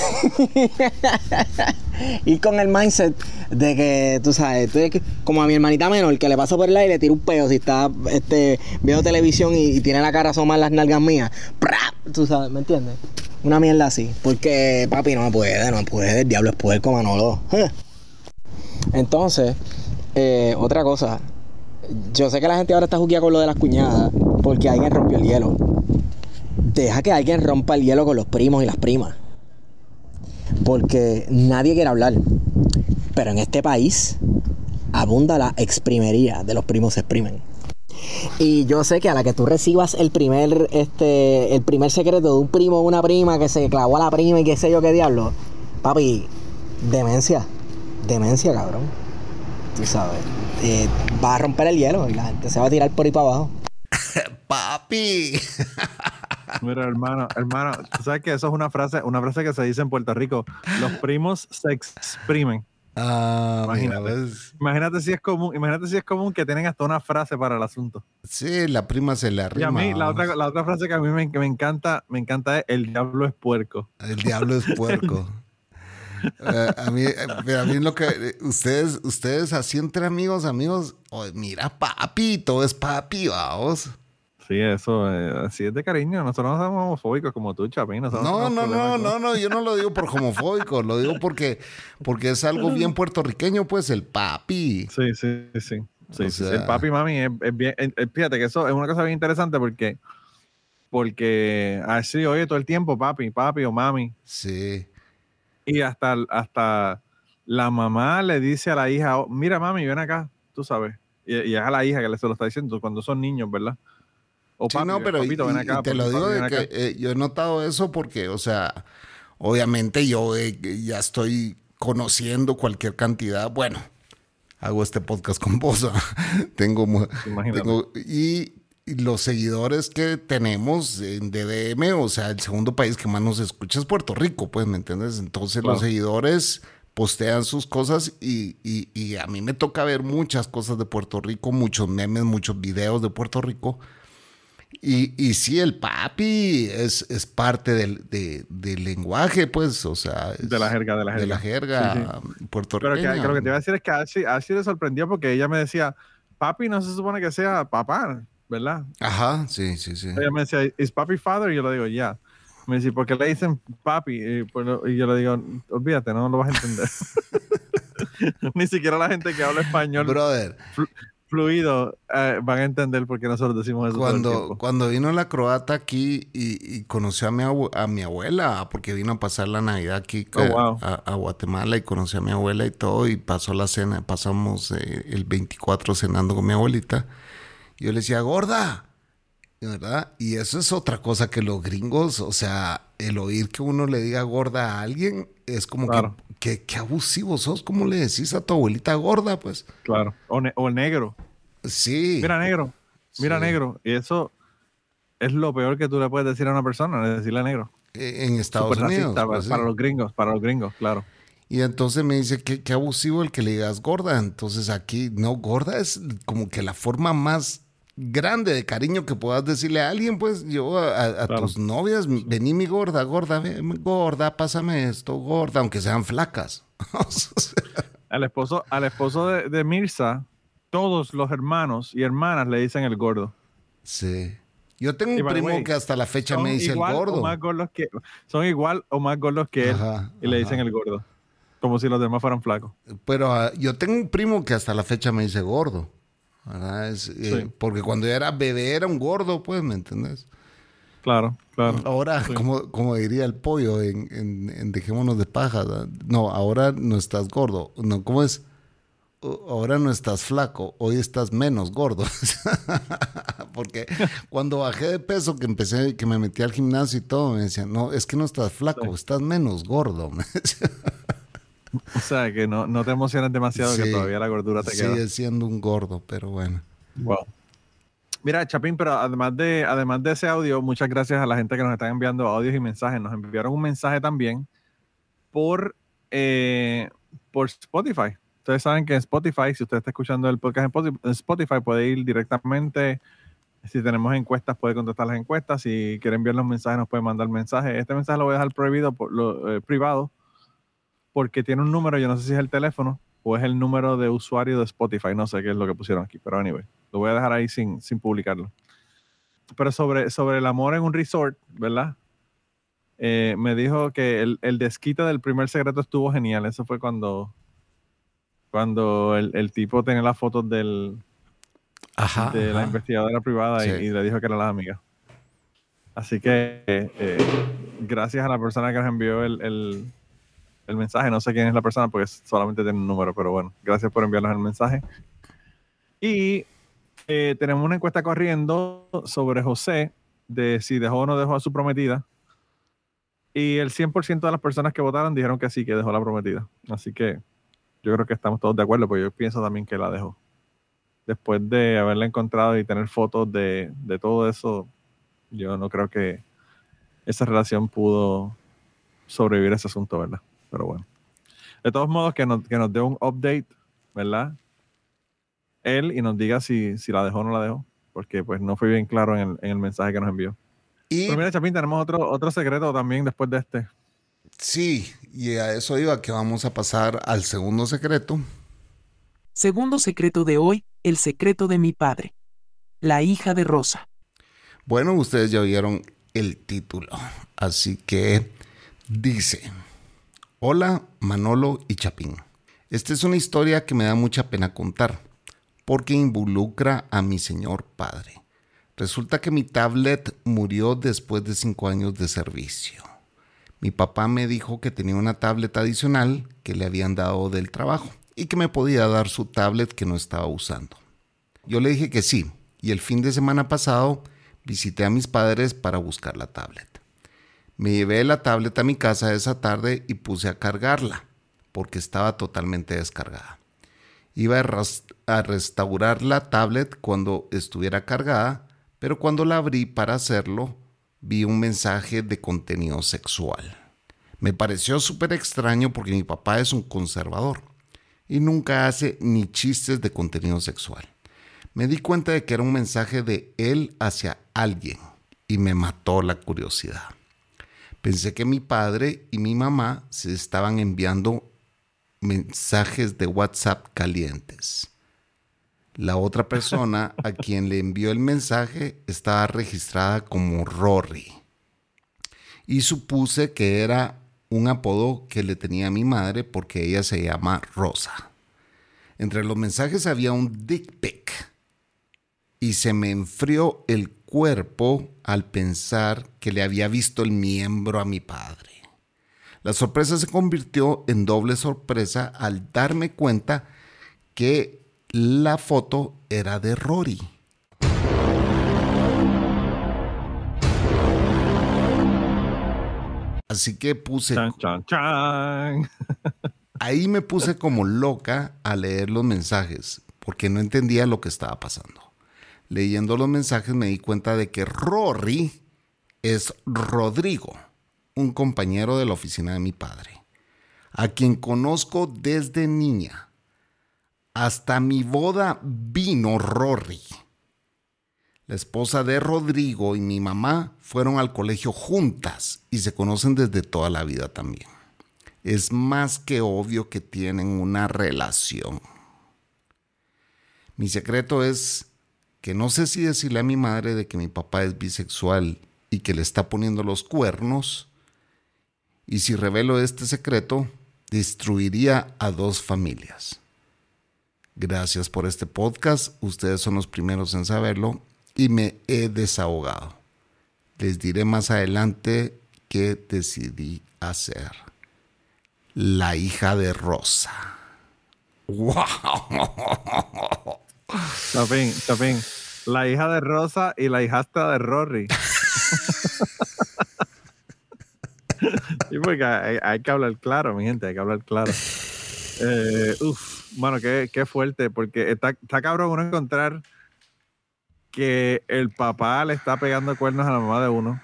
Ir con el mindset de que, tú sabes, tú eres como a mi hermanita menor, que le paso por el aire y le tiro un peo si está este, viendo televisión y, y tiene la cara asomada en las nalgas mías. ¡Pra! Tú sabes, ¿me entiendes? Una mierda así. Porque, papi, no puede, no puede. El diablo es puerco, Manolo. Entonces, eh, otra cosa. Yo sé que la gente ahora está jugueada con lo de las cuñadas porque alguien rompió el hielo. Deja que alguien rompa el hielo con los primos y las primas. Porque nadie quiere hablar. Pero en este país abunda la exprimería de los primos se exprimen. Y yo sé que a la que tú recibas el primer, este, el primer secreto de un primo o una prima que se clavó a la prima y qué sé yo qué diablo, papi, demencia. Demencia, cabrón. Tú sabes. Eh, va a romper el hielo y la gente se va a tirar por ahí para abajo. ¡Papi! Mira, hermano, hermano, tú sabes que eso es una frase, una frase que se dice en Puerto Rico. Los primos se exprimen. Ah, Imagínate. mira, ¿ves? Imagínate si es común, imagínate si es común que tienen hasta una frase para el asunto. Sí, la prima se le Y arrima. a mí, la vamos. otra, la otra frase que a mí me, que me encanta, me encanta es el diablo es puerco. El diablo es puerco. Eh, a mí, eh, pero a mí lo que eh, ustedes, ustedes así entre amigos, amigos, oh, mira, papi, todo es papi, vamos. Sí, eso, eh, así es de cariño. Nosotros no somos homofóbicos como tú, Chapín. Nosotros No, tenemos no, no, problemas no, con- no, yo no lo digo por homofóbico, lo digo porque, porque es algo bien puertorriqueño, pues, el papi. Sí, sí, sí. Sí, O sí, sí. sea- El papi y mami es, es bien. eh, eh, fíjate que eso es una cosa bien interesante porque, porque así, oye, todo el tiempo, papi, papi o mami. Sí. Y hasta, hasta la mamá le dice a la hija, "Oh, mira, mami, ven acá, tú sabes. Y, y es a la hija que le se lo está diciendo cuando son niños, ¿verdad? O Sí, papi, no, pero papito, y- ven y acá. te papi, lo digo papi, de ven que acá". eh, yo he notado eso porque, o sea, obviamente yo eh, ya estoy conociendo cualquier cantidad. Bueno, hago este podcast con vos. ¿ah? tengo, mu- Imagínate. tengo y, y los seguidores que tenemos en D D M, o sea, el segundo país que más nos escucha es Puerto Rico, pues, ¿me entiendes? Entonces Claro. los seguidores postean sus cosas y, y, y a mí me toca ver muchas cosas de Puerto Rico, muchos memes, muchos videos de Puerto Rico. Y, y sí, el papi es, es parte del, de- del lenguaje, pues, o sea... es De la jerga, de la jerga. De la jerga Sí, um, Pero puertorriqueña. que, que lo que te iba a decir es que a Ashley, a Ashley le sorprendió porque ella me decía, papi no se supone que sea papá, ¿verdad? Ajá, sí, sí, sí. Ella me decía, ¿is papi father? Y yo le digo, ya. Me dice, ¿por qué le dicen papi? Y, pues, no- y yo le digo, olvídate, no lo vas a entender. Ni siquiera la gente que habla español Brother, fluido eh, van a entender por qué nosotros decimos eso todo el cuando, tiempo. cuando vino la croata aquí y, y conoció a mi, abue- a mi abuela, porque vino a pasar la Navidad aquí Oh, a, wow. a- a Guatemala y conoció a mi abuela y todo, y pasó la cena, pasamos eh, el veinticuatro cenando con mi abuelita. Y yo le decía, gorda, ¿verdad? Y eso es otra cosa que los gringos, o sea, el oír que uno le diga gorda a alguien es como Claro. que, que, que abusivo sos, ¿cómo le decís a tu abuelita gorda? Pues Claro. O, ne- o negro. sí. Mira, negro. Mira, Sí. negro. Y eso es lo peor que tú le puedes decir a una persona, es decirle negro. Eh, En Estados Súper Unidos. racista, pues, para sí. los gringos, para los gringos, claro. Y entonces me dice que qué abusivo el que le digas gorda. Entonces aquí, no, gorda es como que la forma más grande de cariño que puedas decirle a alguien, pues yo a, a Claro. tus novias, vení mi gorda, gorda, ven, gorda, pásame esto, gorda, aunque sean flacas. O sea, Al esposo, al esposo de, de Mirza, todos los hermanos y hermanas le dicen el gordo. sí. Yo tengo Y un by the primo way, que hasta la fecha Son me dice el igual gordo. o más gordos que, son igual o más gordos que él Ajá, y le ajá. dicen el gordo. Como si los demás fueran flacos. Pero ah, yo tengo un primo que hasta la fecha me dice gordo. ¿Verdad? Es, eh, Sí. Porque cuando yo era bebé era un gordo, pues, ¿me entendés? Claro, claro. Ahora, Sí. como, como diría el pollo en, en, en Dejémonos de paja, ¿verdad? No, ahora no estás gordo. No, ¿cómo es? O- Ahora no estás flaco, hoy estás menos gordo. Porque cuando bajé de peso, que empecé, que me metí al gimnasio y todo, me decían, no, es que no estás flaco, Sí. estás menos gordo. Me decían. O sea, que no, no te emociones demasiado, que Sí. todavía la gordura te queda. Sigue siendo un gordo, pero bueno. Wow. Mira, Chapín, pero además de, además de ese audio, muchas gracias a la gente que nos está enviando audios y mensajes. Nos enviaron un mensaje también por, eh, por Spotify. Ustedes saben que en Spotify, si usted está escuchando el podcast en Spotify- en Spotify, puede ir directamente. Si tenemos encuestas, puede contestar las encuestas. Si quiere enviar los mensajes, nos puede mandar mensajes. Este mensaje lo voy a dejar prohibido, por lo, eh, privado, porque tiene un número, yo no sé si es el teléfono o es el número de usuario de Spotify. No sé qué es lo que pusieron aquí, pero anyway, lo voy a dejar ahí sin, sin publicarlo. Pero sobre, sobre el amor en un resort, ¿verdad? Eh, me dijo que el, el desquite del primer secreto estuvo genial. Eso fue cuando, cuando el, el tipo tenía las fotos del, Ajá. de la ajá. investigadora privada y- Sí. y, le dijo que era la amiga. Así que eh, eh, gracias a la persona que nos envió el, el, el mensaje. No sé quién es la persona porque solamente tiene un número, pero bueno, gracias por enviarnos el mensaje. Y eh, tenemos una encuesta corriendo sobre José, de si dejó o no dejó a su prometida. Y el cien por ciento de las personas que votaron dijeron que sí, que dejó a la prometida. Así que yo creo que estamos todos de acuerdo, porque yo pienso también que la dejó. Después de haberla encontrado y tener fotos de, de todo eso, yo no creo que esa relación pudo sobrevivir a ese asunto, ¿verdad? Pero bueno. De todos modos, que nos, que nos dé un update, ¿verdad? Él y nos diga si, si la dejó o no la dejó, porque pues no fue bien claro en el, en el mensaje que nos envió. Y Pero mira, Chapín, tenemos otro, otro secreto también después de este. sí, y a eso iba, que vamos a pasar al segundo secreto. Segundo secreto de hoy, el secreto de mi padre. La hija de Rosa. Bueno, ustedes ya vieron el título, así que dice: Hola, Manolo y Chapín. Esta es una historia que me da mucha pena contar, porque involucra a mi señor padre. Resulta que mi tablet murió después de cinco años de servicio. Mi papá me dijo que tenía una tablet adicional que le habían dado del trabajo y que me podía dar su tablet que no estaba usando. Yo le dije que sí, y el fin de semana pasado visité a mis padres para buscar la tablet. Me llevé la tablet a mi casa esa tarde y puse a cargarla, porque estaba totalmente descargada. Iba a, ras- a restaurar la tablet cuando estuviera cargada, pero cuando la abrí para hacerlo, vi un mensaje de contenido sexual. Me pareció súper extraño porque mi papá es un conservador y nunca hace ni chistes de contenido sexual. Me di cuenta de que era un mensaje de él hacia alguien y me mató la curiosidad. Pensé que mi padre y mi mamá se estaban enviando mensajes de WhatsApp calientes. La otra persona a quien le envió el mensaje estaba registrada como Rory. Y supuse que era un apodo que le tenía a mi madre porque ella se llama Rosa. Entre los mensajes había un dick pic. Y se me enfrió el cuerpo al pensar que le había visto el miembro a mi padre. La sorpresa se convirtió en doble sorpresa al darme cuenta que la foto era de Rory. Así que puse... Chan, chan, chan. Ahí me puse como loca a leer los mensajes porque no entendía lo que estaba pasando. Leyendo los mensajes me di cuenta de que Rory es Rodrigo, un compañero de la oficina de mi padre, a quien conozco desde niña. Hasta mi boda vino Rory. La esposa de Rodrigo y mi mamá fueron al colegio juntas y se conocen desde toda la vida también. Es más que obvio que tienen una relación. Mi secreto es que no sé si decirle a mi madre de que mi papá es bisexual y que le está poniendo los cuernos. Y si revelo este secreto, destruiría a dos familias. Gracias por este podcast. Ustedes son los primeros en saberlo y me he desahogado. Les diré más adelante qué decidí hacer. La hija de Rosa. ¡Wow! Chapín, Chapín. La hija de Rosa y la hijastra de Rory. Sí, porque hay, hay que hablar claro, mi gente, hay que hablar claro. Eh, uf, bueno, qué, qué fuerte, porque está, está cabrón uno encontrar que el papá le está pegando cuernos a la mamá de uno,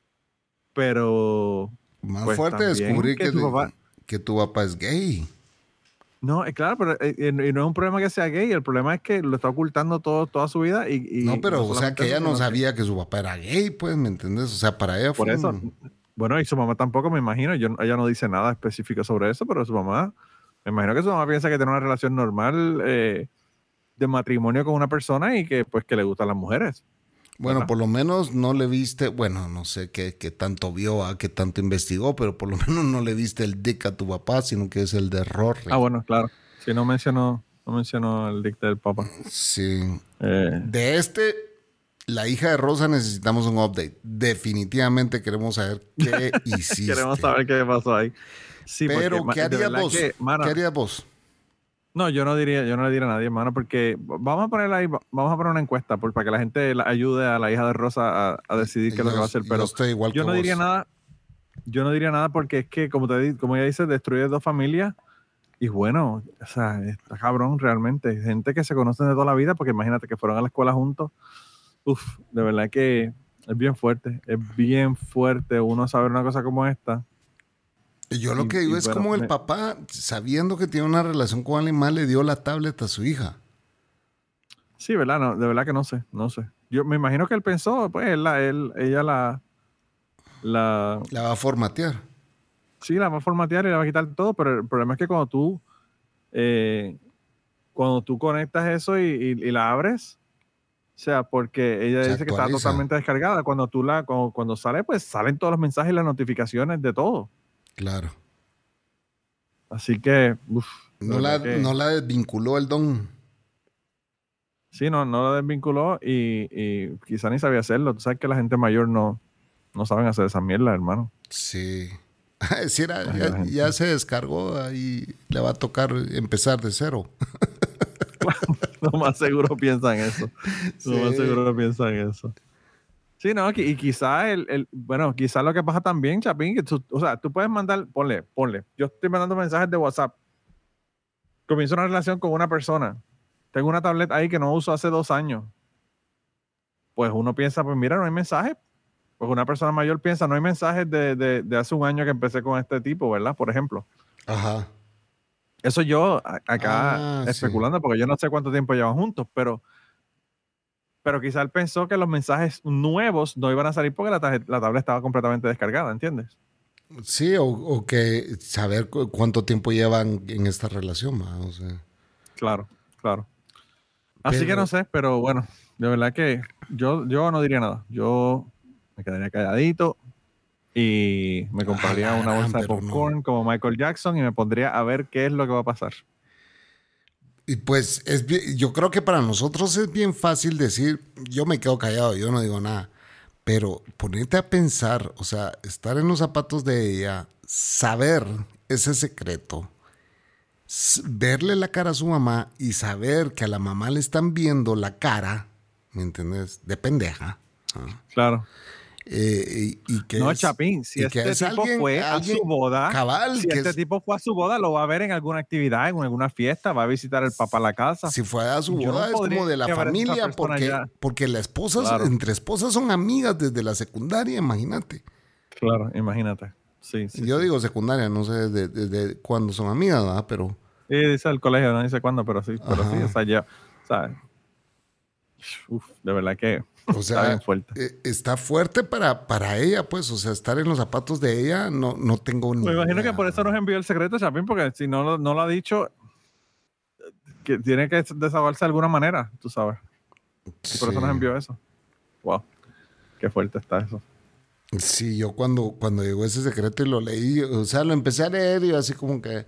pero... Más pues, fuerte descubrir que, que, tu papá, que tu papá es gay. No, es claro, pero eh, y no es un problema que sea gay, el problema es que lo está ocultando todo, toda su vida y... y no, pero, no o sea, que ella no sabía que... que su papá era gay, pues, ¿me entiendes? O sea, para ella fue... Por eso, un... bueno, y su mamá tampoco, me imagino, yo, ella no dice nada específico sobre eso, pero su mamá, me imagino que su mamá piensa que tiene una relación normal eh, de matrimonio con una persona y que, pues, que le gustan las mujeres. Bueno, ¿verdad? por lo menos no le viste, bueno, no sé qué, qué tanto vio, a qué tanto investigó, pero por lo menos no le viste el dick a tu papá, sino que es el de Rory. Ah, bueno, claro. Si no mencionó, no mencionó el dick del papá. Sí. Eh. De este, la hija de Rosa, necesitamos un update. Definitivamente queremos saber qué hiciste. Queremos saber qué pasó ahí. Sí, pero, porque, ¿qué harías vos? Que, mano, ¿Qué harías vos? No, yo no diría, yo no le diría a nadie, hermano, porque vamos a poner ahí, vamos a poner una encuesta por, para que la gente la ayude a la hija de Rosa a, a decidir qué yo, es lo que va a hacer. Pero yo, estoy igual yo que no vos. diría nada, yo no diría nada porque es que, como te como ella dice, destruye dos familias. Y bueno, o sea, está cabrón realmente. Gente que se conocen de toda la vida, porque imagínate que fueron a la escuela juntos. Uf, de verdad que es bien fuerte, es bien fuerte uno saber una cosa como esta. Yo lo que digo y, es bueno, como el me... papá, sabiendo que tiene una relación con alguien más, le dio la tablet a su hija. Sí, ¿verdad? No, de verdad que no sé, no sé. Yo me imagino que él pensó, pues, él, él, ella la, la... La va a formatear. Sí, la va a formatear y la va a quitar todo, pero el problema es que cuando tú, eh, cuando tú conectas eso y, y, y la abres, o sea, porque ella Se dice actualiza. que está totalmente descargada, cuando tú la, cuando, cuando sale, pues salen todos los mensajes y las notificaciones de todo. Claro. Así que, uf, no, la, que... no la desvinculó el don. Sí, no, no la desvinculó y, y quizá ni sabía hacerlo. Tú sabes que la gente mayor no, no saben hacer esa mierda, hermano. Sí. Sí, era, ya, ya se descargó y le va a tocar empezar de cero. Lo más seguro piensan eso. Sí. Lo más seguro piensan eso. Sí, no, y quizá el, el, bueno, quizá lo que pasa también, Chapín, que tú, o sea, tú puedes mandar, ponle, ponle. Yo estoy mandando mensajes de WhatsApp. Comienzo una relación con una persona. Tengo una tableta ahí que no uso hace dos años. Pues uno piensa, pues mira, no hay mensajes. Pues una persona mayor piensa, no hay mensajes de, de, de hace un año que empecé con este tipo, ¿verdad? Por ejemplo. Ajá. Eso yo acá ah, especulando, sí. Porque yo no sé cuánto tiempo llevan juntos, pero, pero quizá él pensó que los mensajes nuevos no iban a salir porque la, la tablet estaba completamente descargada, ¿entiendes? Sí, o, o que saber cu cuánto tiempo llevan en esta relación, ¿no? O sea. Claro, claro. Así pero, que no sé, pero bueno, de verdad que yo, yo no diría nada. Yo me quedaría calladito y me compraría ah, una bolsa de popcorn no. como Michael Jackson y me pondría a ver qué es lo que va a pasar. Y pues es bien, yo creo que para nosotros es bien fácil decir, yo me quedo callado, yo no digo nada. Pero ponerte a pensar, o sea, estar en los zapatos de ella, saber ese secreto, verle la cara a su mamá y saber que a la mamá le están viendo la cara, ¿me entiendes? De pendeja. ¿Ah? Claro. Eh, y, y que no, es, Chapín, si este tipo alguien, fue alguien, a su boda, cabal, si que este es, tipo fue a su boda, lo va a ver en alguna actividad, en alguna fiesta, va a visitar el papá a la casa. Si fue a su boda, no es como de la familia, porque, porque la esposa, claro. entre esposas son amigas desde la secundaria, imagínate. Claro, imagínate. Sí, sí, Yo sí. digo secundaria, no sé desde, desde cuándo son amigas, ¿verdad? Pero... Sí, dice el colegio, no dice cuándo, pero sí, pero Ajá. sí, o sea, ya, ¿sabes? Uf, de verdad que O sea, Está bien fuerte. eh, está fuerte para, para ella, pues. O sea, estar en los zapatos de ella, no, no tengo ni Me imagino idea. que por eso nos envió el secreto, Chapín, porque si no, lo- no lo ha dicho, que tiene que desahogarse de alguna manera, tú sabes. Y por eso Sí. nos envió eso. Wow, qué fuerte está eso. Sí, yo cuando, cuando llegó ese secreto y lo leí, o sea, lo empecé a leer y yo así como que,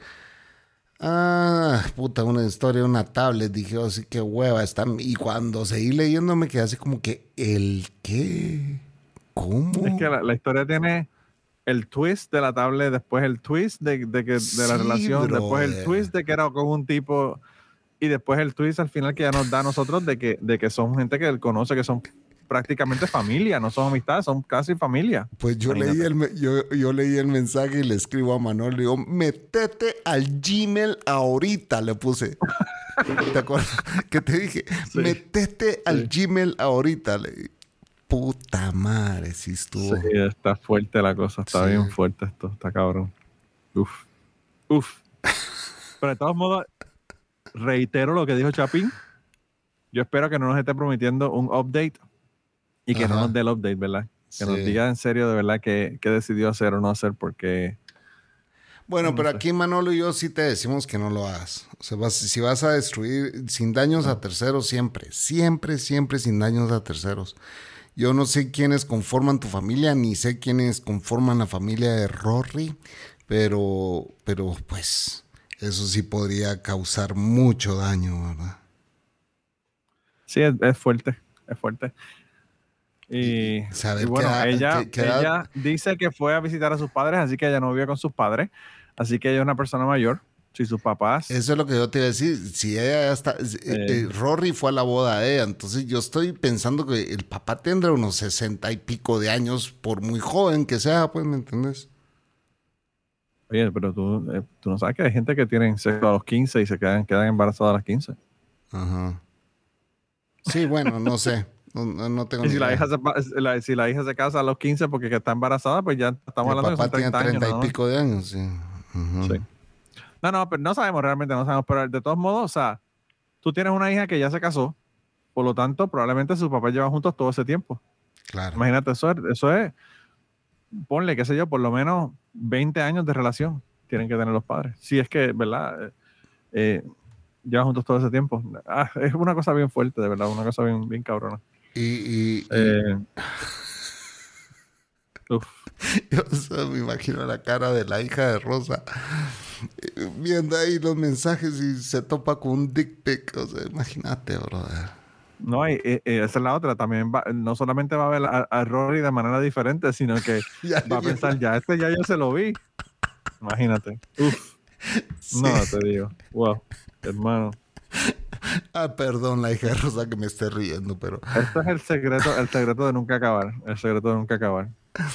ah, puta, una historia, una tablet, dije, oh, así que hueva está. Y cuando seguí leyendo me quedé así como que, ¿el qué? ¿Cómo? Es que la, la historia tiene el twist de la tablet, después el twist de, de, que, de Sí, la relación, después el brother. twist de que era con un tipo, y después el twist al final que ya nos da a nosotros de que, de que son gente que él conoce, que son prácticamente familia, no son amistades, son casi familia. Pues yo leí, Imagínate. el, me- yo, yo leí el mensaje y le escribo a Manuel, le digo, metete al Gmail ahorita, le puse. ¿Te acuerdas que te dije? Sí. Metete al Gmail ahorita. Le, puta madre, sí estuvo. Sí, está fuerte la cosa, está Sí. bien fuerte esto, está cabrón. Uf, uf. Pero de todos modos, reitero lo que dijo Chapín. Yo espero que no nos esté prometiendo un update y que Ajá. no nos dé el update, ¿verdad? Que Sí. nos diga en serio de verdad qué, qué decidió hacer o no hacer, porque Bueno, No pero sé. aquí Manolo y yo sí te decimos que no lo hagas. O sea, vas- si vas a destruir sin daños a terceros, siempre, siempre, siempre sin daños a terceros. Yo no sé quiénes conforman tu familia, ni sé quiénes conforman la familia de Rory, pero, pero pues eso sí podría causar mucho daño, ¿verdad? sí, es, es fuerte, es fuerte. Y, Y saber y bueno, qué- ella, qué- qué edad- ella dice que fue a visitar a sus padres, así que ella no vive con sus padres, así que ella es una persona mayor. Si sus papás... Eso es lo que yo te iba a decir. Si ella ya está. eh, eh, Rory fue a la boda de ella. Entonces yo estoy pensando que el papá tendrá unos sesenta y pico de años, por muy joven que sea, pues, ¿me entiendes? Oye, pero tú, eh, tú no sabes que hay gente que tienen sexo a los quince y se quedan, quedan embarazadas a las quince. Ajá. Sí, bueno, no sé. No, no- no tengo Y ni si la, idea. hija se, pa- la- si la hija se casa a los quince porque que está embarazada, pues ya estamos El hablando de que son papá tiene treinta años. treinta y nada más. pico de años, sí. Ujú. Sí. No, no, pero no sabemos realmente, no sabemos. Pero de todos modos, o sea, tú tienes una hija que ya se casó, por lo tanto, probablemente sus papás llevan juntos todo ese tiempo. Claro. Imagínate, eso es, eso es, ponle, qué sé yo, por lo menos veinte años de relación tienen que tener los padres. Si es que, ¿verdad? Eh, eh, llevan juntos todo ese tiempo. Ah, es una cosa bien fuerte, de verdad, una cosa bien, bien cabrona. Y, y- y- Eh, uf. yo o sea, me imagino la cara de la hija de Rosa eh, viendo ahí los mensajes y se topa con un dick pic. O sea, imagínate, brother. No, y, y- y esa es la otra. También va, no solamente va a ver a, a Rory de manera diferente, sino que Ya va a le pensar, ya este ya yo se lo vi. Imagínate. Uf. Sí. No, te digo. Wow, hermano. Ah, perdón, la hija de Rosa que me esté riendo, pero. Este es el secreto, el secreto de nunca acabar. El secreto de nunca acabar.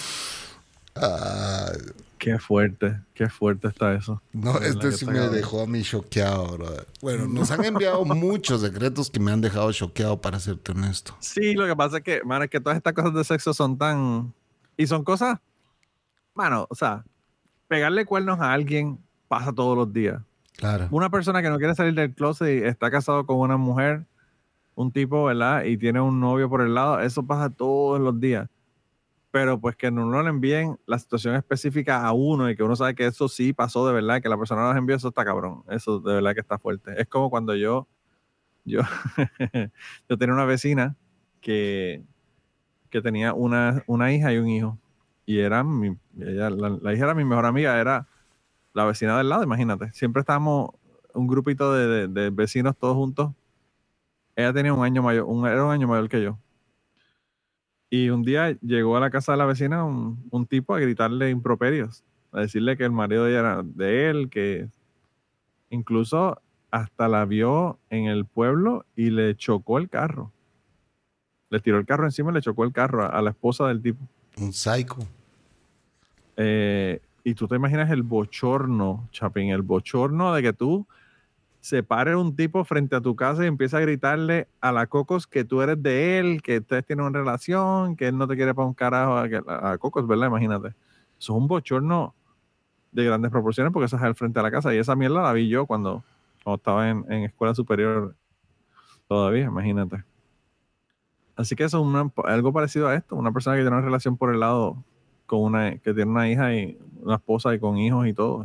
Ah, Qué fuerte, qué fuerte está eso. no, De verdad este que sí está me cabrón. dejó a mí choqueado, brother. Bueno, nos han enviado muchos secretos que me han dejado choqueado, para serte honesto. Sí, lo que pasa es que, mano, es que todas estas cosas de sexo son tan... Y son cosas... Mano, o sea, pegarle cuernos a alguien pasa todos los días. Claro. Una persona que no quiere salir del closet y está casado con una mujer, un tipo, ¿verdad? Y tiene un novio por el lado, eso pasa todos los días. Pero pues que no le envíen la situación específica a uno y que uno sabe que eso sí pasó de verdad, que la persona nos envió, eso está cabrón. Eso de verdad que está fuerte. Es como cuando yo, yo, yo tenía una vecina que, que tenía una, una hija y un hijo. Y era mi, ella, la, la hija era mi mejor amiga, era la vecina del lado, imagínate. Siempre estábamos un grupito de, de, de vecinos todos juntos. Ella tenía un año mayor, un, era un año mayor que yo. Y un día llegó a la casa de la vecina un, un tipo a gritarle improperios, a decirle que el marido de ella era de él, que incluso hasta la vio en el pueblo y le chocó el carro. Le tiró el carro encima y le chocó el carro a, a la esposa del tipo. Un psycho. Eh, y tú te imaginas el bochorno, Chapín, el bochorno de que tú separes un tipo frente a tu casa y empieza a gritarle a la Cocos que tú eres de él, que ustedes tienen una relación, que él no te quiere para un carajo a, a, a Cocos, ¿verdad? Imagínate. Eso es un bochorno de grandes proporciones porque eso es al frente a la casa. Y esa mierda la vi yo cuando, cuando estaba en, en escuela superior todavía, imagínate. Así que eso es una, algo parecido a esto. Una persona que tiene una relación por el lado con una, que tiene una hija y una esposa y con hijos y todo.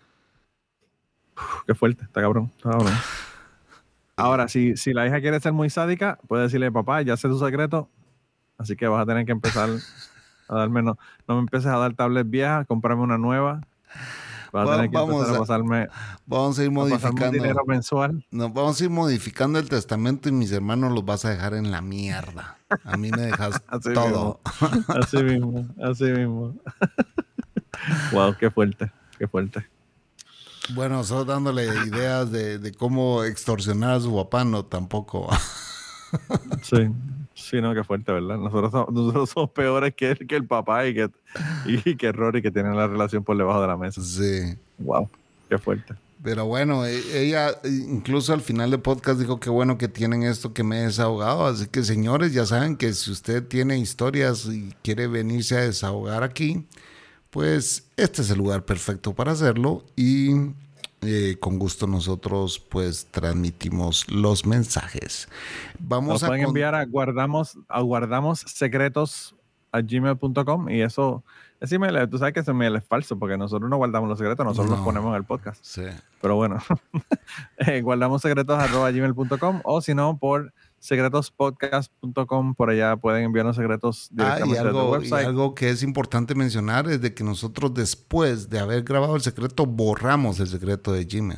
Uf, qué fuerte, está cabrón, está cabrón. Ahora, si, si la hija quiere ser muy sádica, puede decirle, papá, ya sé tu secreto, así que vas a tener que empezar a darme, no, no me empieces a dar tablets viejas, cómprame una nueva. Vas a tener que vamos empezar a, a pasarme, vamos a ir a modificando pasarme un dinero mensual. no, vamos a ir modificando el testamento y mis hermanos los vas a dejar en la mierda. A mí me dejas Así todo. Mismo, así mismo, así mismo. Wow, qué fuerte, qué fuerte. Bueno, solo dándole ideas de, de cómo extorsionar a su papá, no tampoco. Sí, sí, no, qué fuerte, ¿verdad? Nosotros somos, nosotros somos peores que, que el papá y que, y que Rory, que tienen la relación por debajo de la mesa. Sí. Wow, qué fuerte. Pero bueno, ella incluso al final del podcast dijo que bueno que tienen esto que me he desahogado. Así que señores, ya saben que si usted tiene historias y quiere venirse a desahogar aquí, pues este es el lugar perfecto para hacerlo. Y eh, con gusto nosotros pues transmitimos los mensajes. Vamos Nos a pueden con... enviar a guardamos, a guardamos secretos a gmail punto com y eso, ese email, tú sabes que ese email es falso porque nosotros no guardamos los secretos, nosotros No. los ponemos en el podcast. Sí. Pero bueno, eh, guardamos secretos arroba gmail punto com o si no por secretos podcast punto com, por allá pueden enviarnos secretos directamente ah, y algo, desde el website. Y algo que es importante mencionar es de que nosotros después de haber grabado el secreto borramos el secreto de Gmail.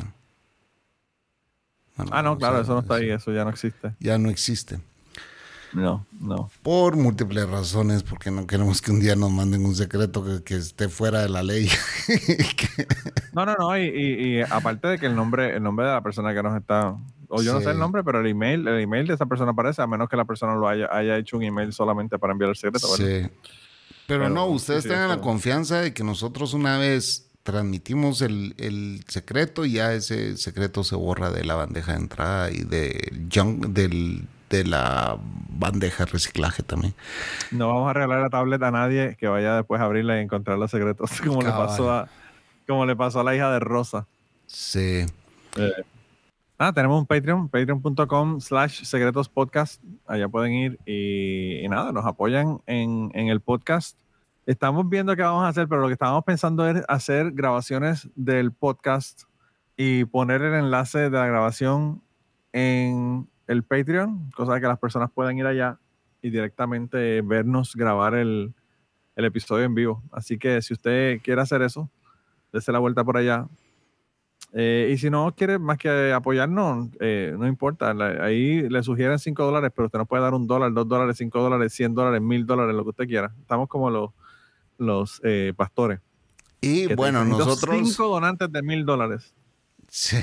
Bueno, ah, no, claro, o sea, eso no está eso ahí, eso ya no existe. Ya no existe. No, no. Por múltiples razones, porque no queremos que un día nos manden un secreto que, que esté fuera de la ley. que... No, no, no, y, y, y aparte de que el nombre, el nombre de la persona que nos está, o yo Sí. no sé el nombre, pero el email, el email de esa persona aparece, a menos que la persona lo haya, haya hecho un email solamente para enviar el secreto. Sí. ¿verdad? Pero, Pero no, ustedes sí, sí, tengan eso. la confianza de que nosotros una vez transmitimos el, el secreto y ya ese secreto se borra de la bandeja de entrada y del junk, del de la bandeja de reciclaje también. No vamos a regalar la tablet a nadie que vaya después a abrirla y encontrar los secretos, como le Cabal. pasó a, como le pasó a la hija de Rosa. Sí. Eh, ah, tenemos un Patreon, patreon punto com slash secretos podcast. Allá pueden ir y, y nada, nos apoyan en, en el podcast. Estamos viendo qué vamos a hacer, pero lo que estábamos pensando es hacer grabaciones del podcast y poner el enlace de la grabación en el Patreon, cosa de que las personas puedan ir allá y directamente vernos grabar el, el episodio en vivo. Así que si usted quiere hacer eso, dése la vuelta por allá. Eh, y si no quiere más que apoyarnos, eh, no importa. La, ahí le sugieren cinco dólares, pero usted nos puede dar un dólar, dos dólares, cinco dólares, cien dólares, mil dólares, lo que usted quiera. Estamos como los, los eh, pastores. Y que bueno, necesito nosotros... cinco donantes de mil dólares. Sí.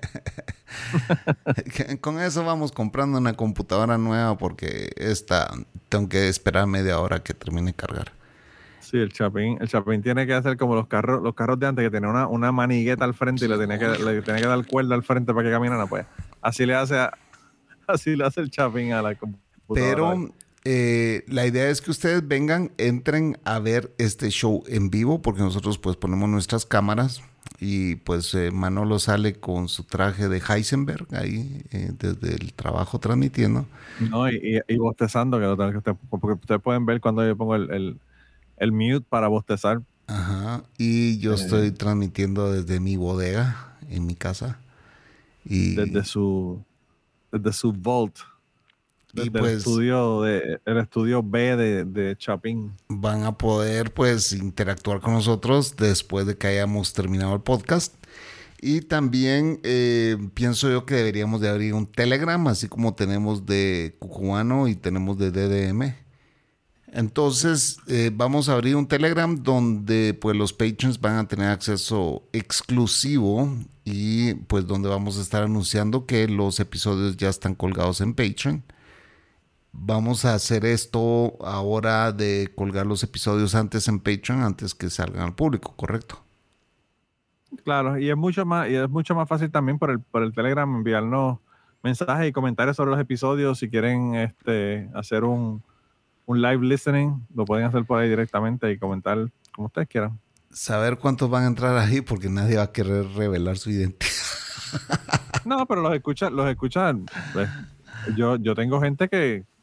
Con eso vamos comprando una computadora nueva porque esta tengo que esperar media hora que termine de cargar. Sí, el Chapín, el Chapín tiene que hacer como los carros, los carros de antes que tenía una, una manigueta al frente y le tenía que, le tenía que dar cuerda al frente para que caminara, pues. Así le hace a, así le hace el Chapín a la computadora. Pero eh, la idea es que ustedes vengan, entren a ver este show en vivo porque nosotros pues ponemos nuestras cámaras. Y pues eh, Manolo sale con su traje de Heisenberg ahí eh, desde el trabajo transmitiendo. No, y, y, y bostezando, que lo tengo que usted, porque ustedes pueden ver cuando yo pongo el, el, el mute para bostezar. Ajá. Y yo Eh. estoy transmitiendo desde mi bodega en mi casa. Y Desde su, desde su vault. Desde Y pues- el estudio de, el estudio B de, de Chapín. van a poder pues interactuar con nosotros después de que hayamos terminado el podcast. Y también eh, pienso yo que deberíamos de abrir un Telegram, así como tenemos de Cucubano y tenemos de D D M. Entonces eh, vamos a abrir un Telegram donde pues los patrons van a tener acceso exclusivo y pues donde vamos a estar anunciando que los episodios ya están colgados en Patreon. Vamos a hacer esto ahora de colgar los episodios antes en Patreon, antes que salgan al público, ¿correcto? Claro, y es mucho más, y es mucho más fácil también por el, por el Telegram enviarnos mensajes y comentarios sobre los episodios. Si quieren este, hacer un, un live listening, lo pueden hacer por ahí directamente y comentar como ustedes quieran. Saber cuántos van a entrar ahí porque nadie va a querer revelar su identidad. No, pero los escuchan, los escuchan. Pues, yo, yo tengo gente que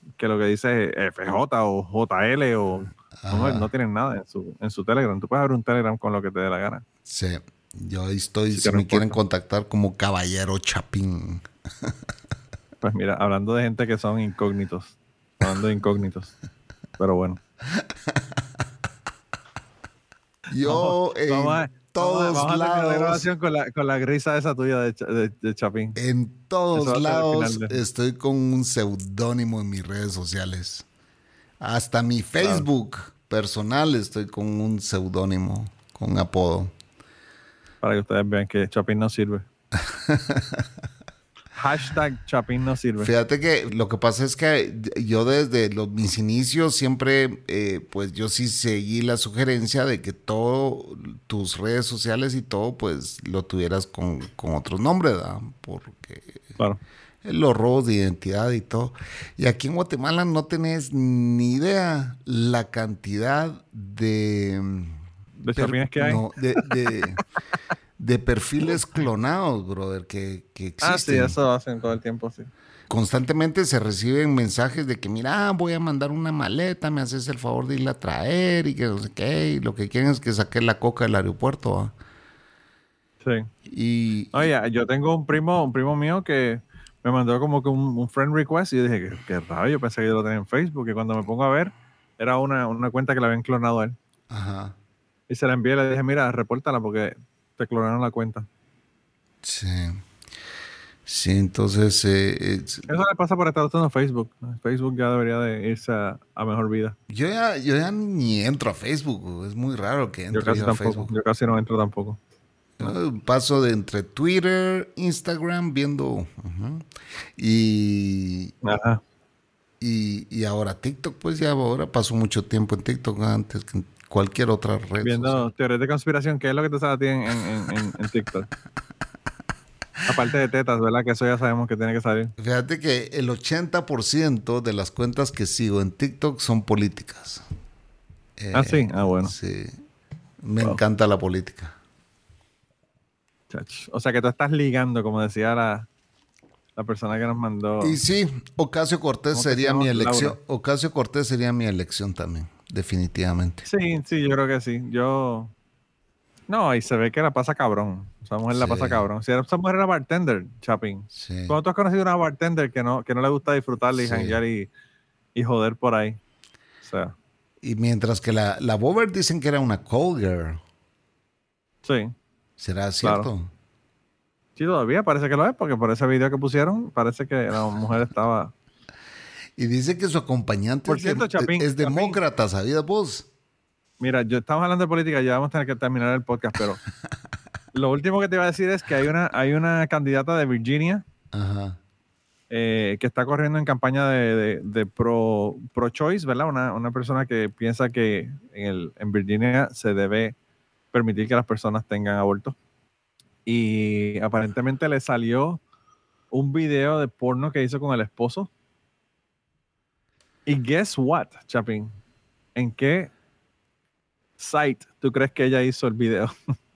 que lo que dice es F J o J L o no, no tienen nada en su, en su Telegram. Tú puedes abrir un Telegram con lo que te dé la gana. Sí, yo ahí estoy, Si si te me quieren reportan. contactar como Caballero Chapín. Pues mira, hablando de gente que son incógnitos. Hablando de incógnitos. Pero bueno. Yo Vamos- vamos a- en todos vamos a, vamos a terminar la lados, grabación con la, con la risa esa tuya de, Cha- de, de Chapín. en Eso va todos a ser el lados final de- estoy con un seudónimo en mis redes sociales. Hasta mi Facebook personal estoy con un seudónimo, con un apodo. Para que ustedes vean que Chapín no sirve. Hashtag Chapín no sirve. Fíjate que lo que pasa es que yo desde los, mis inicios siempre, eh, pues yo sí seguí la sugerencia de que todo, tus redes sociales y todo, pues lo tuvieras con, con otros nombres, ¿verdad? Porque Claro. los robos de identidad y todo. Y aquí en Guatemala no tenés ni idea la cantidad de... De chapines que hay. No, de, de, de perfiles clonados, brother, que, que existen. Ah, sí, eso hacen todo el tiempo, sí. Constantemente se reciben mensajes de que, mira, voy a mandar una maleta, me haces el favor de irla a traer y que no sé qué. Y lo que quieren es que saque la coca del aeropuerto, ¿va? Sí. Y, Oye, yo tengo un primo, un primo mío que me mandó como que un, un friend request y yo dije, qué, qué raro, yo pensé que yo lo tenía en Facebook y cuando me pongo a ver, era una, una cuenta que le habían clonado a él. ajá, Y se la envié y le dije, mira, repórtala porque te clonaron la cuenta. sí. Sí, entonces... eh, es- Eso le pasa por estar usando Facebook. Facebook ya debería de irse a, a mejor vida. yo, ya, yo ya ni entro a Facebook, güey. Es muy raro que entre Yo casi yo a tampoco. Facebook. Yo casi no entro tampoco. Yo paso de entre Twitter, Instagram, viendo... ujú, y, Ajá. y, y ahora TikTok, pues ya ahora paso mucho tiempo en TikTok antes que en cualquier otra red Viendo social. teorías de conspiración, ¿qué es lo que te sale a ti en, en, en, en- en TikTok? Aparte de tetas, ¿verdad? Que eso ya sabemos que tiene que salir. Fíjate que el ochenta por ciento de las cuentas que sigo en TikTok son políticas. Eh, Ah, sí. Ah, bueno. Sí. Me Wow. encanta la política. Chach. O sea que tú estás ligando, como decía la, la persona que nos mandó. Y sí, Ocasio Cortés ¿Cómo que sería se llama? mi elección. Laura. Ocasio Cortés sería mi elección también, definitivamente. Sí, sí, yo creo que sí. Yo. No, y se ve que la pasa cabrón. Esa mujer la Sí. pasa cabrón. Si esa mujer era bartender, Chapín. Sí. ¿Cuándo tú has conocido una bartender que no, que no le gusta disfrutarle y Sí. janguear y, y joder por ahí? O sea, Y mientras que la, la Bober dicen que era una call girl. sí. ¿Será cierto? Claro. Sí, todavía parece que lo es, porque por ese video que pusieron, parece que la mujer estaba. Y dice que su acompañante Por es, cierto, de- Chapín, es Chapín. demócrata, ¿sabías vos? Mira, yo estamos hablando de política, ya vamos a tener que terminar el podcast, pero lo último que te iba a decir es que hay una, hay una candidata de Virginia Ajá. eh, que está corriendo en campaña de, de- de pro, pro choice, ¿verdad? Una, una persona que piensa que en, el, en Virginia se debe permitir que las personas tengan aborto. Y aparentemente le salió un video de porno que hizo con el esposo. Y guess what, Chapín? ¿En qué site tú crees que ella hizo el video?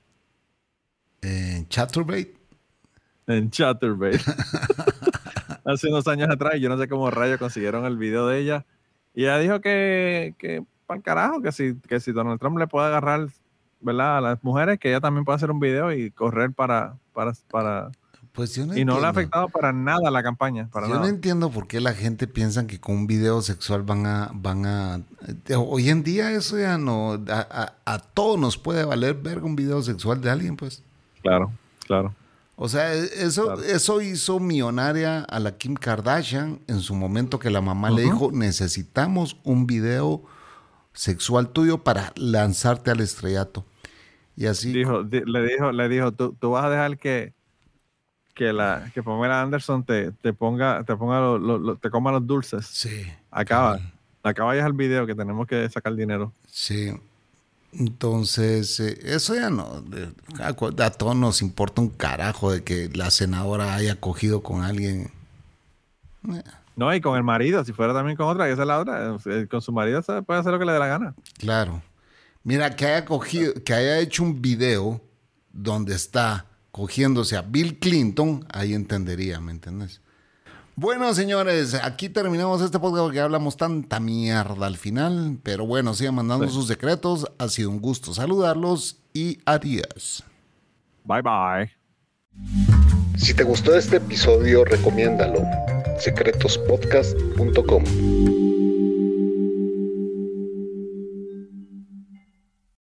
En Chaturbate. En Chaturbate. Hace unos años atrás, y yo no sé cómo rayos consiguieron el video de ella. Y ella dijo que, que para el carajo, que si, que si Donald Trump le puede agarrar, ¿verdad?, a las mujeres, que ella también puede hacer un video y correr para... para, para Pues yo no y no le ha entiendo. afectado para nada la campaña, para Yo nada. no entiendo por qué la gente piensa que con un video sexual van a, van a, eh, hoy en día eso ya no, a, a, a todos nos puede valer ver un video sexual de alguien, pues. Claro, claro. O sea, eso, Claro. eso hizo millonaria a la Kim Kardashian en su momento que la mamá le Ujú. dijo, necesitamos un video sexual tuyo para lanzarte al estrellato. Y así. Dijo, di- le dijo, le dijo, tú, tú vas a dejar que, que la, que Pamela Anderson te, te ponga, te ponga lo- lo- lo- te coma los dulces. Sí. Acaba, cabal. acaba ya el video que tenemos que sacar dinero. Sí. Entonces, eh, eso ya no. de- a, cu- a todos nos importa un carajo de que la senadora haya cogido con alguien. No, y con el marido, si fuera también con otra, que esa es la otra, eh, con su marido se puede hacer lo que le dé la gana. Claro. Mira, que haya cogido, que haya hecho un video donde está cogiéndose a Bill Clinton, ahí entendería, ¿me entiendes? Bueno, señores, aquí terminamos este podcast porque hablamos tanta mierda al final. Pero bueno, sigan mandando sí. sus secretos. Ha sido un gusto saludarlos y adiós. Bye, bye. Si te gustó este episodio, recomiéndalo. secretos podcast punto com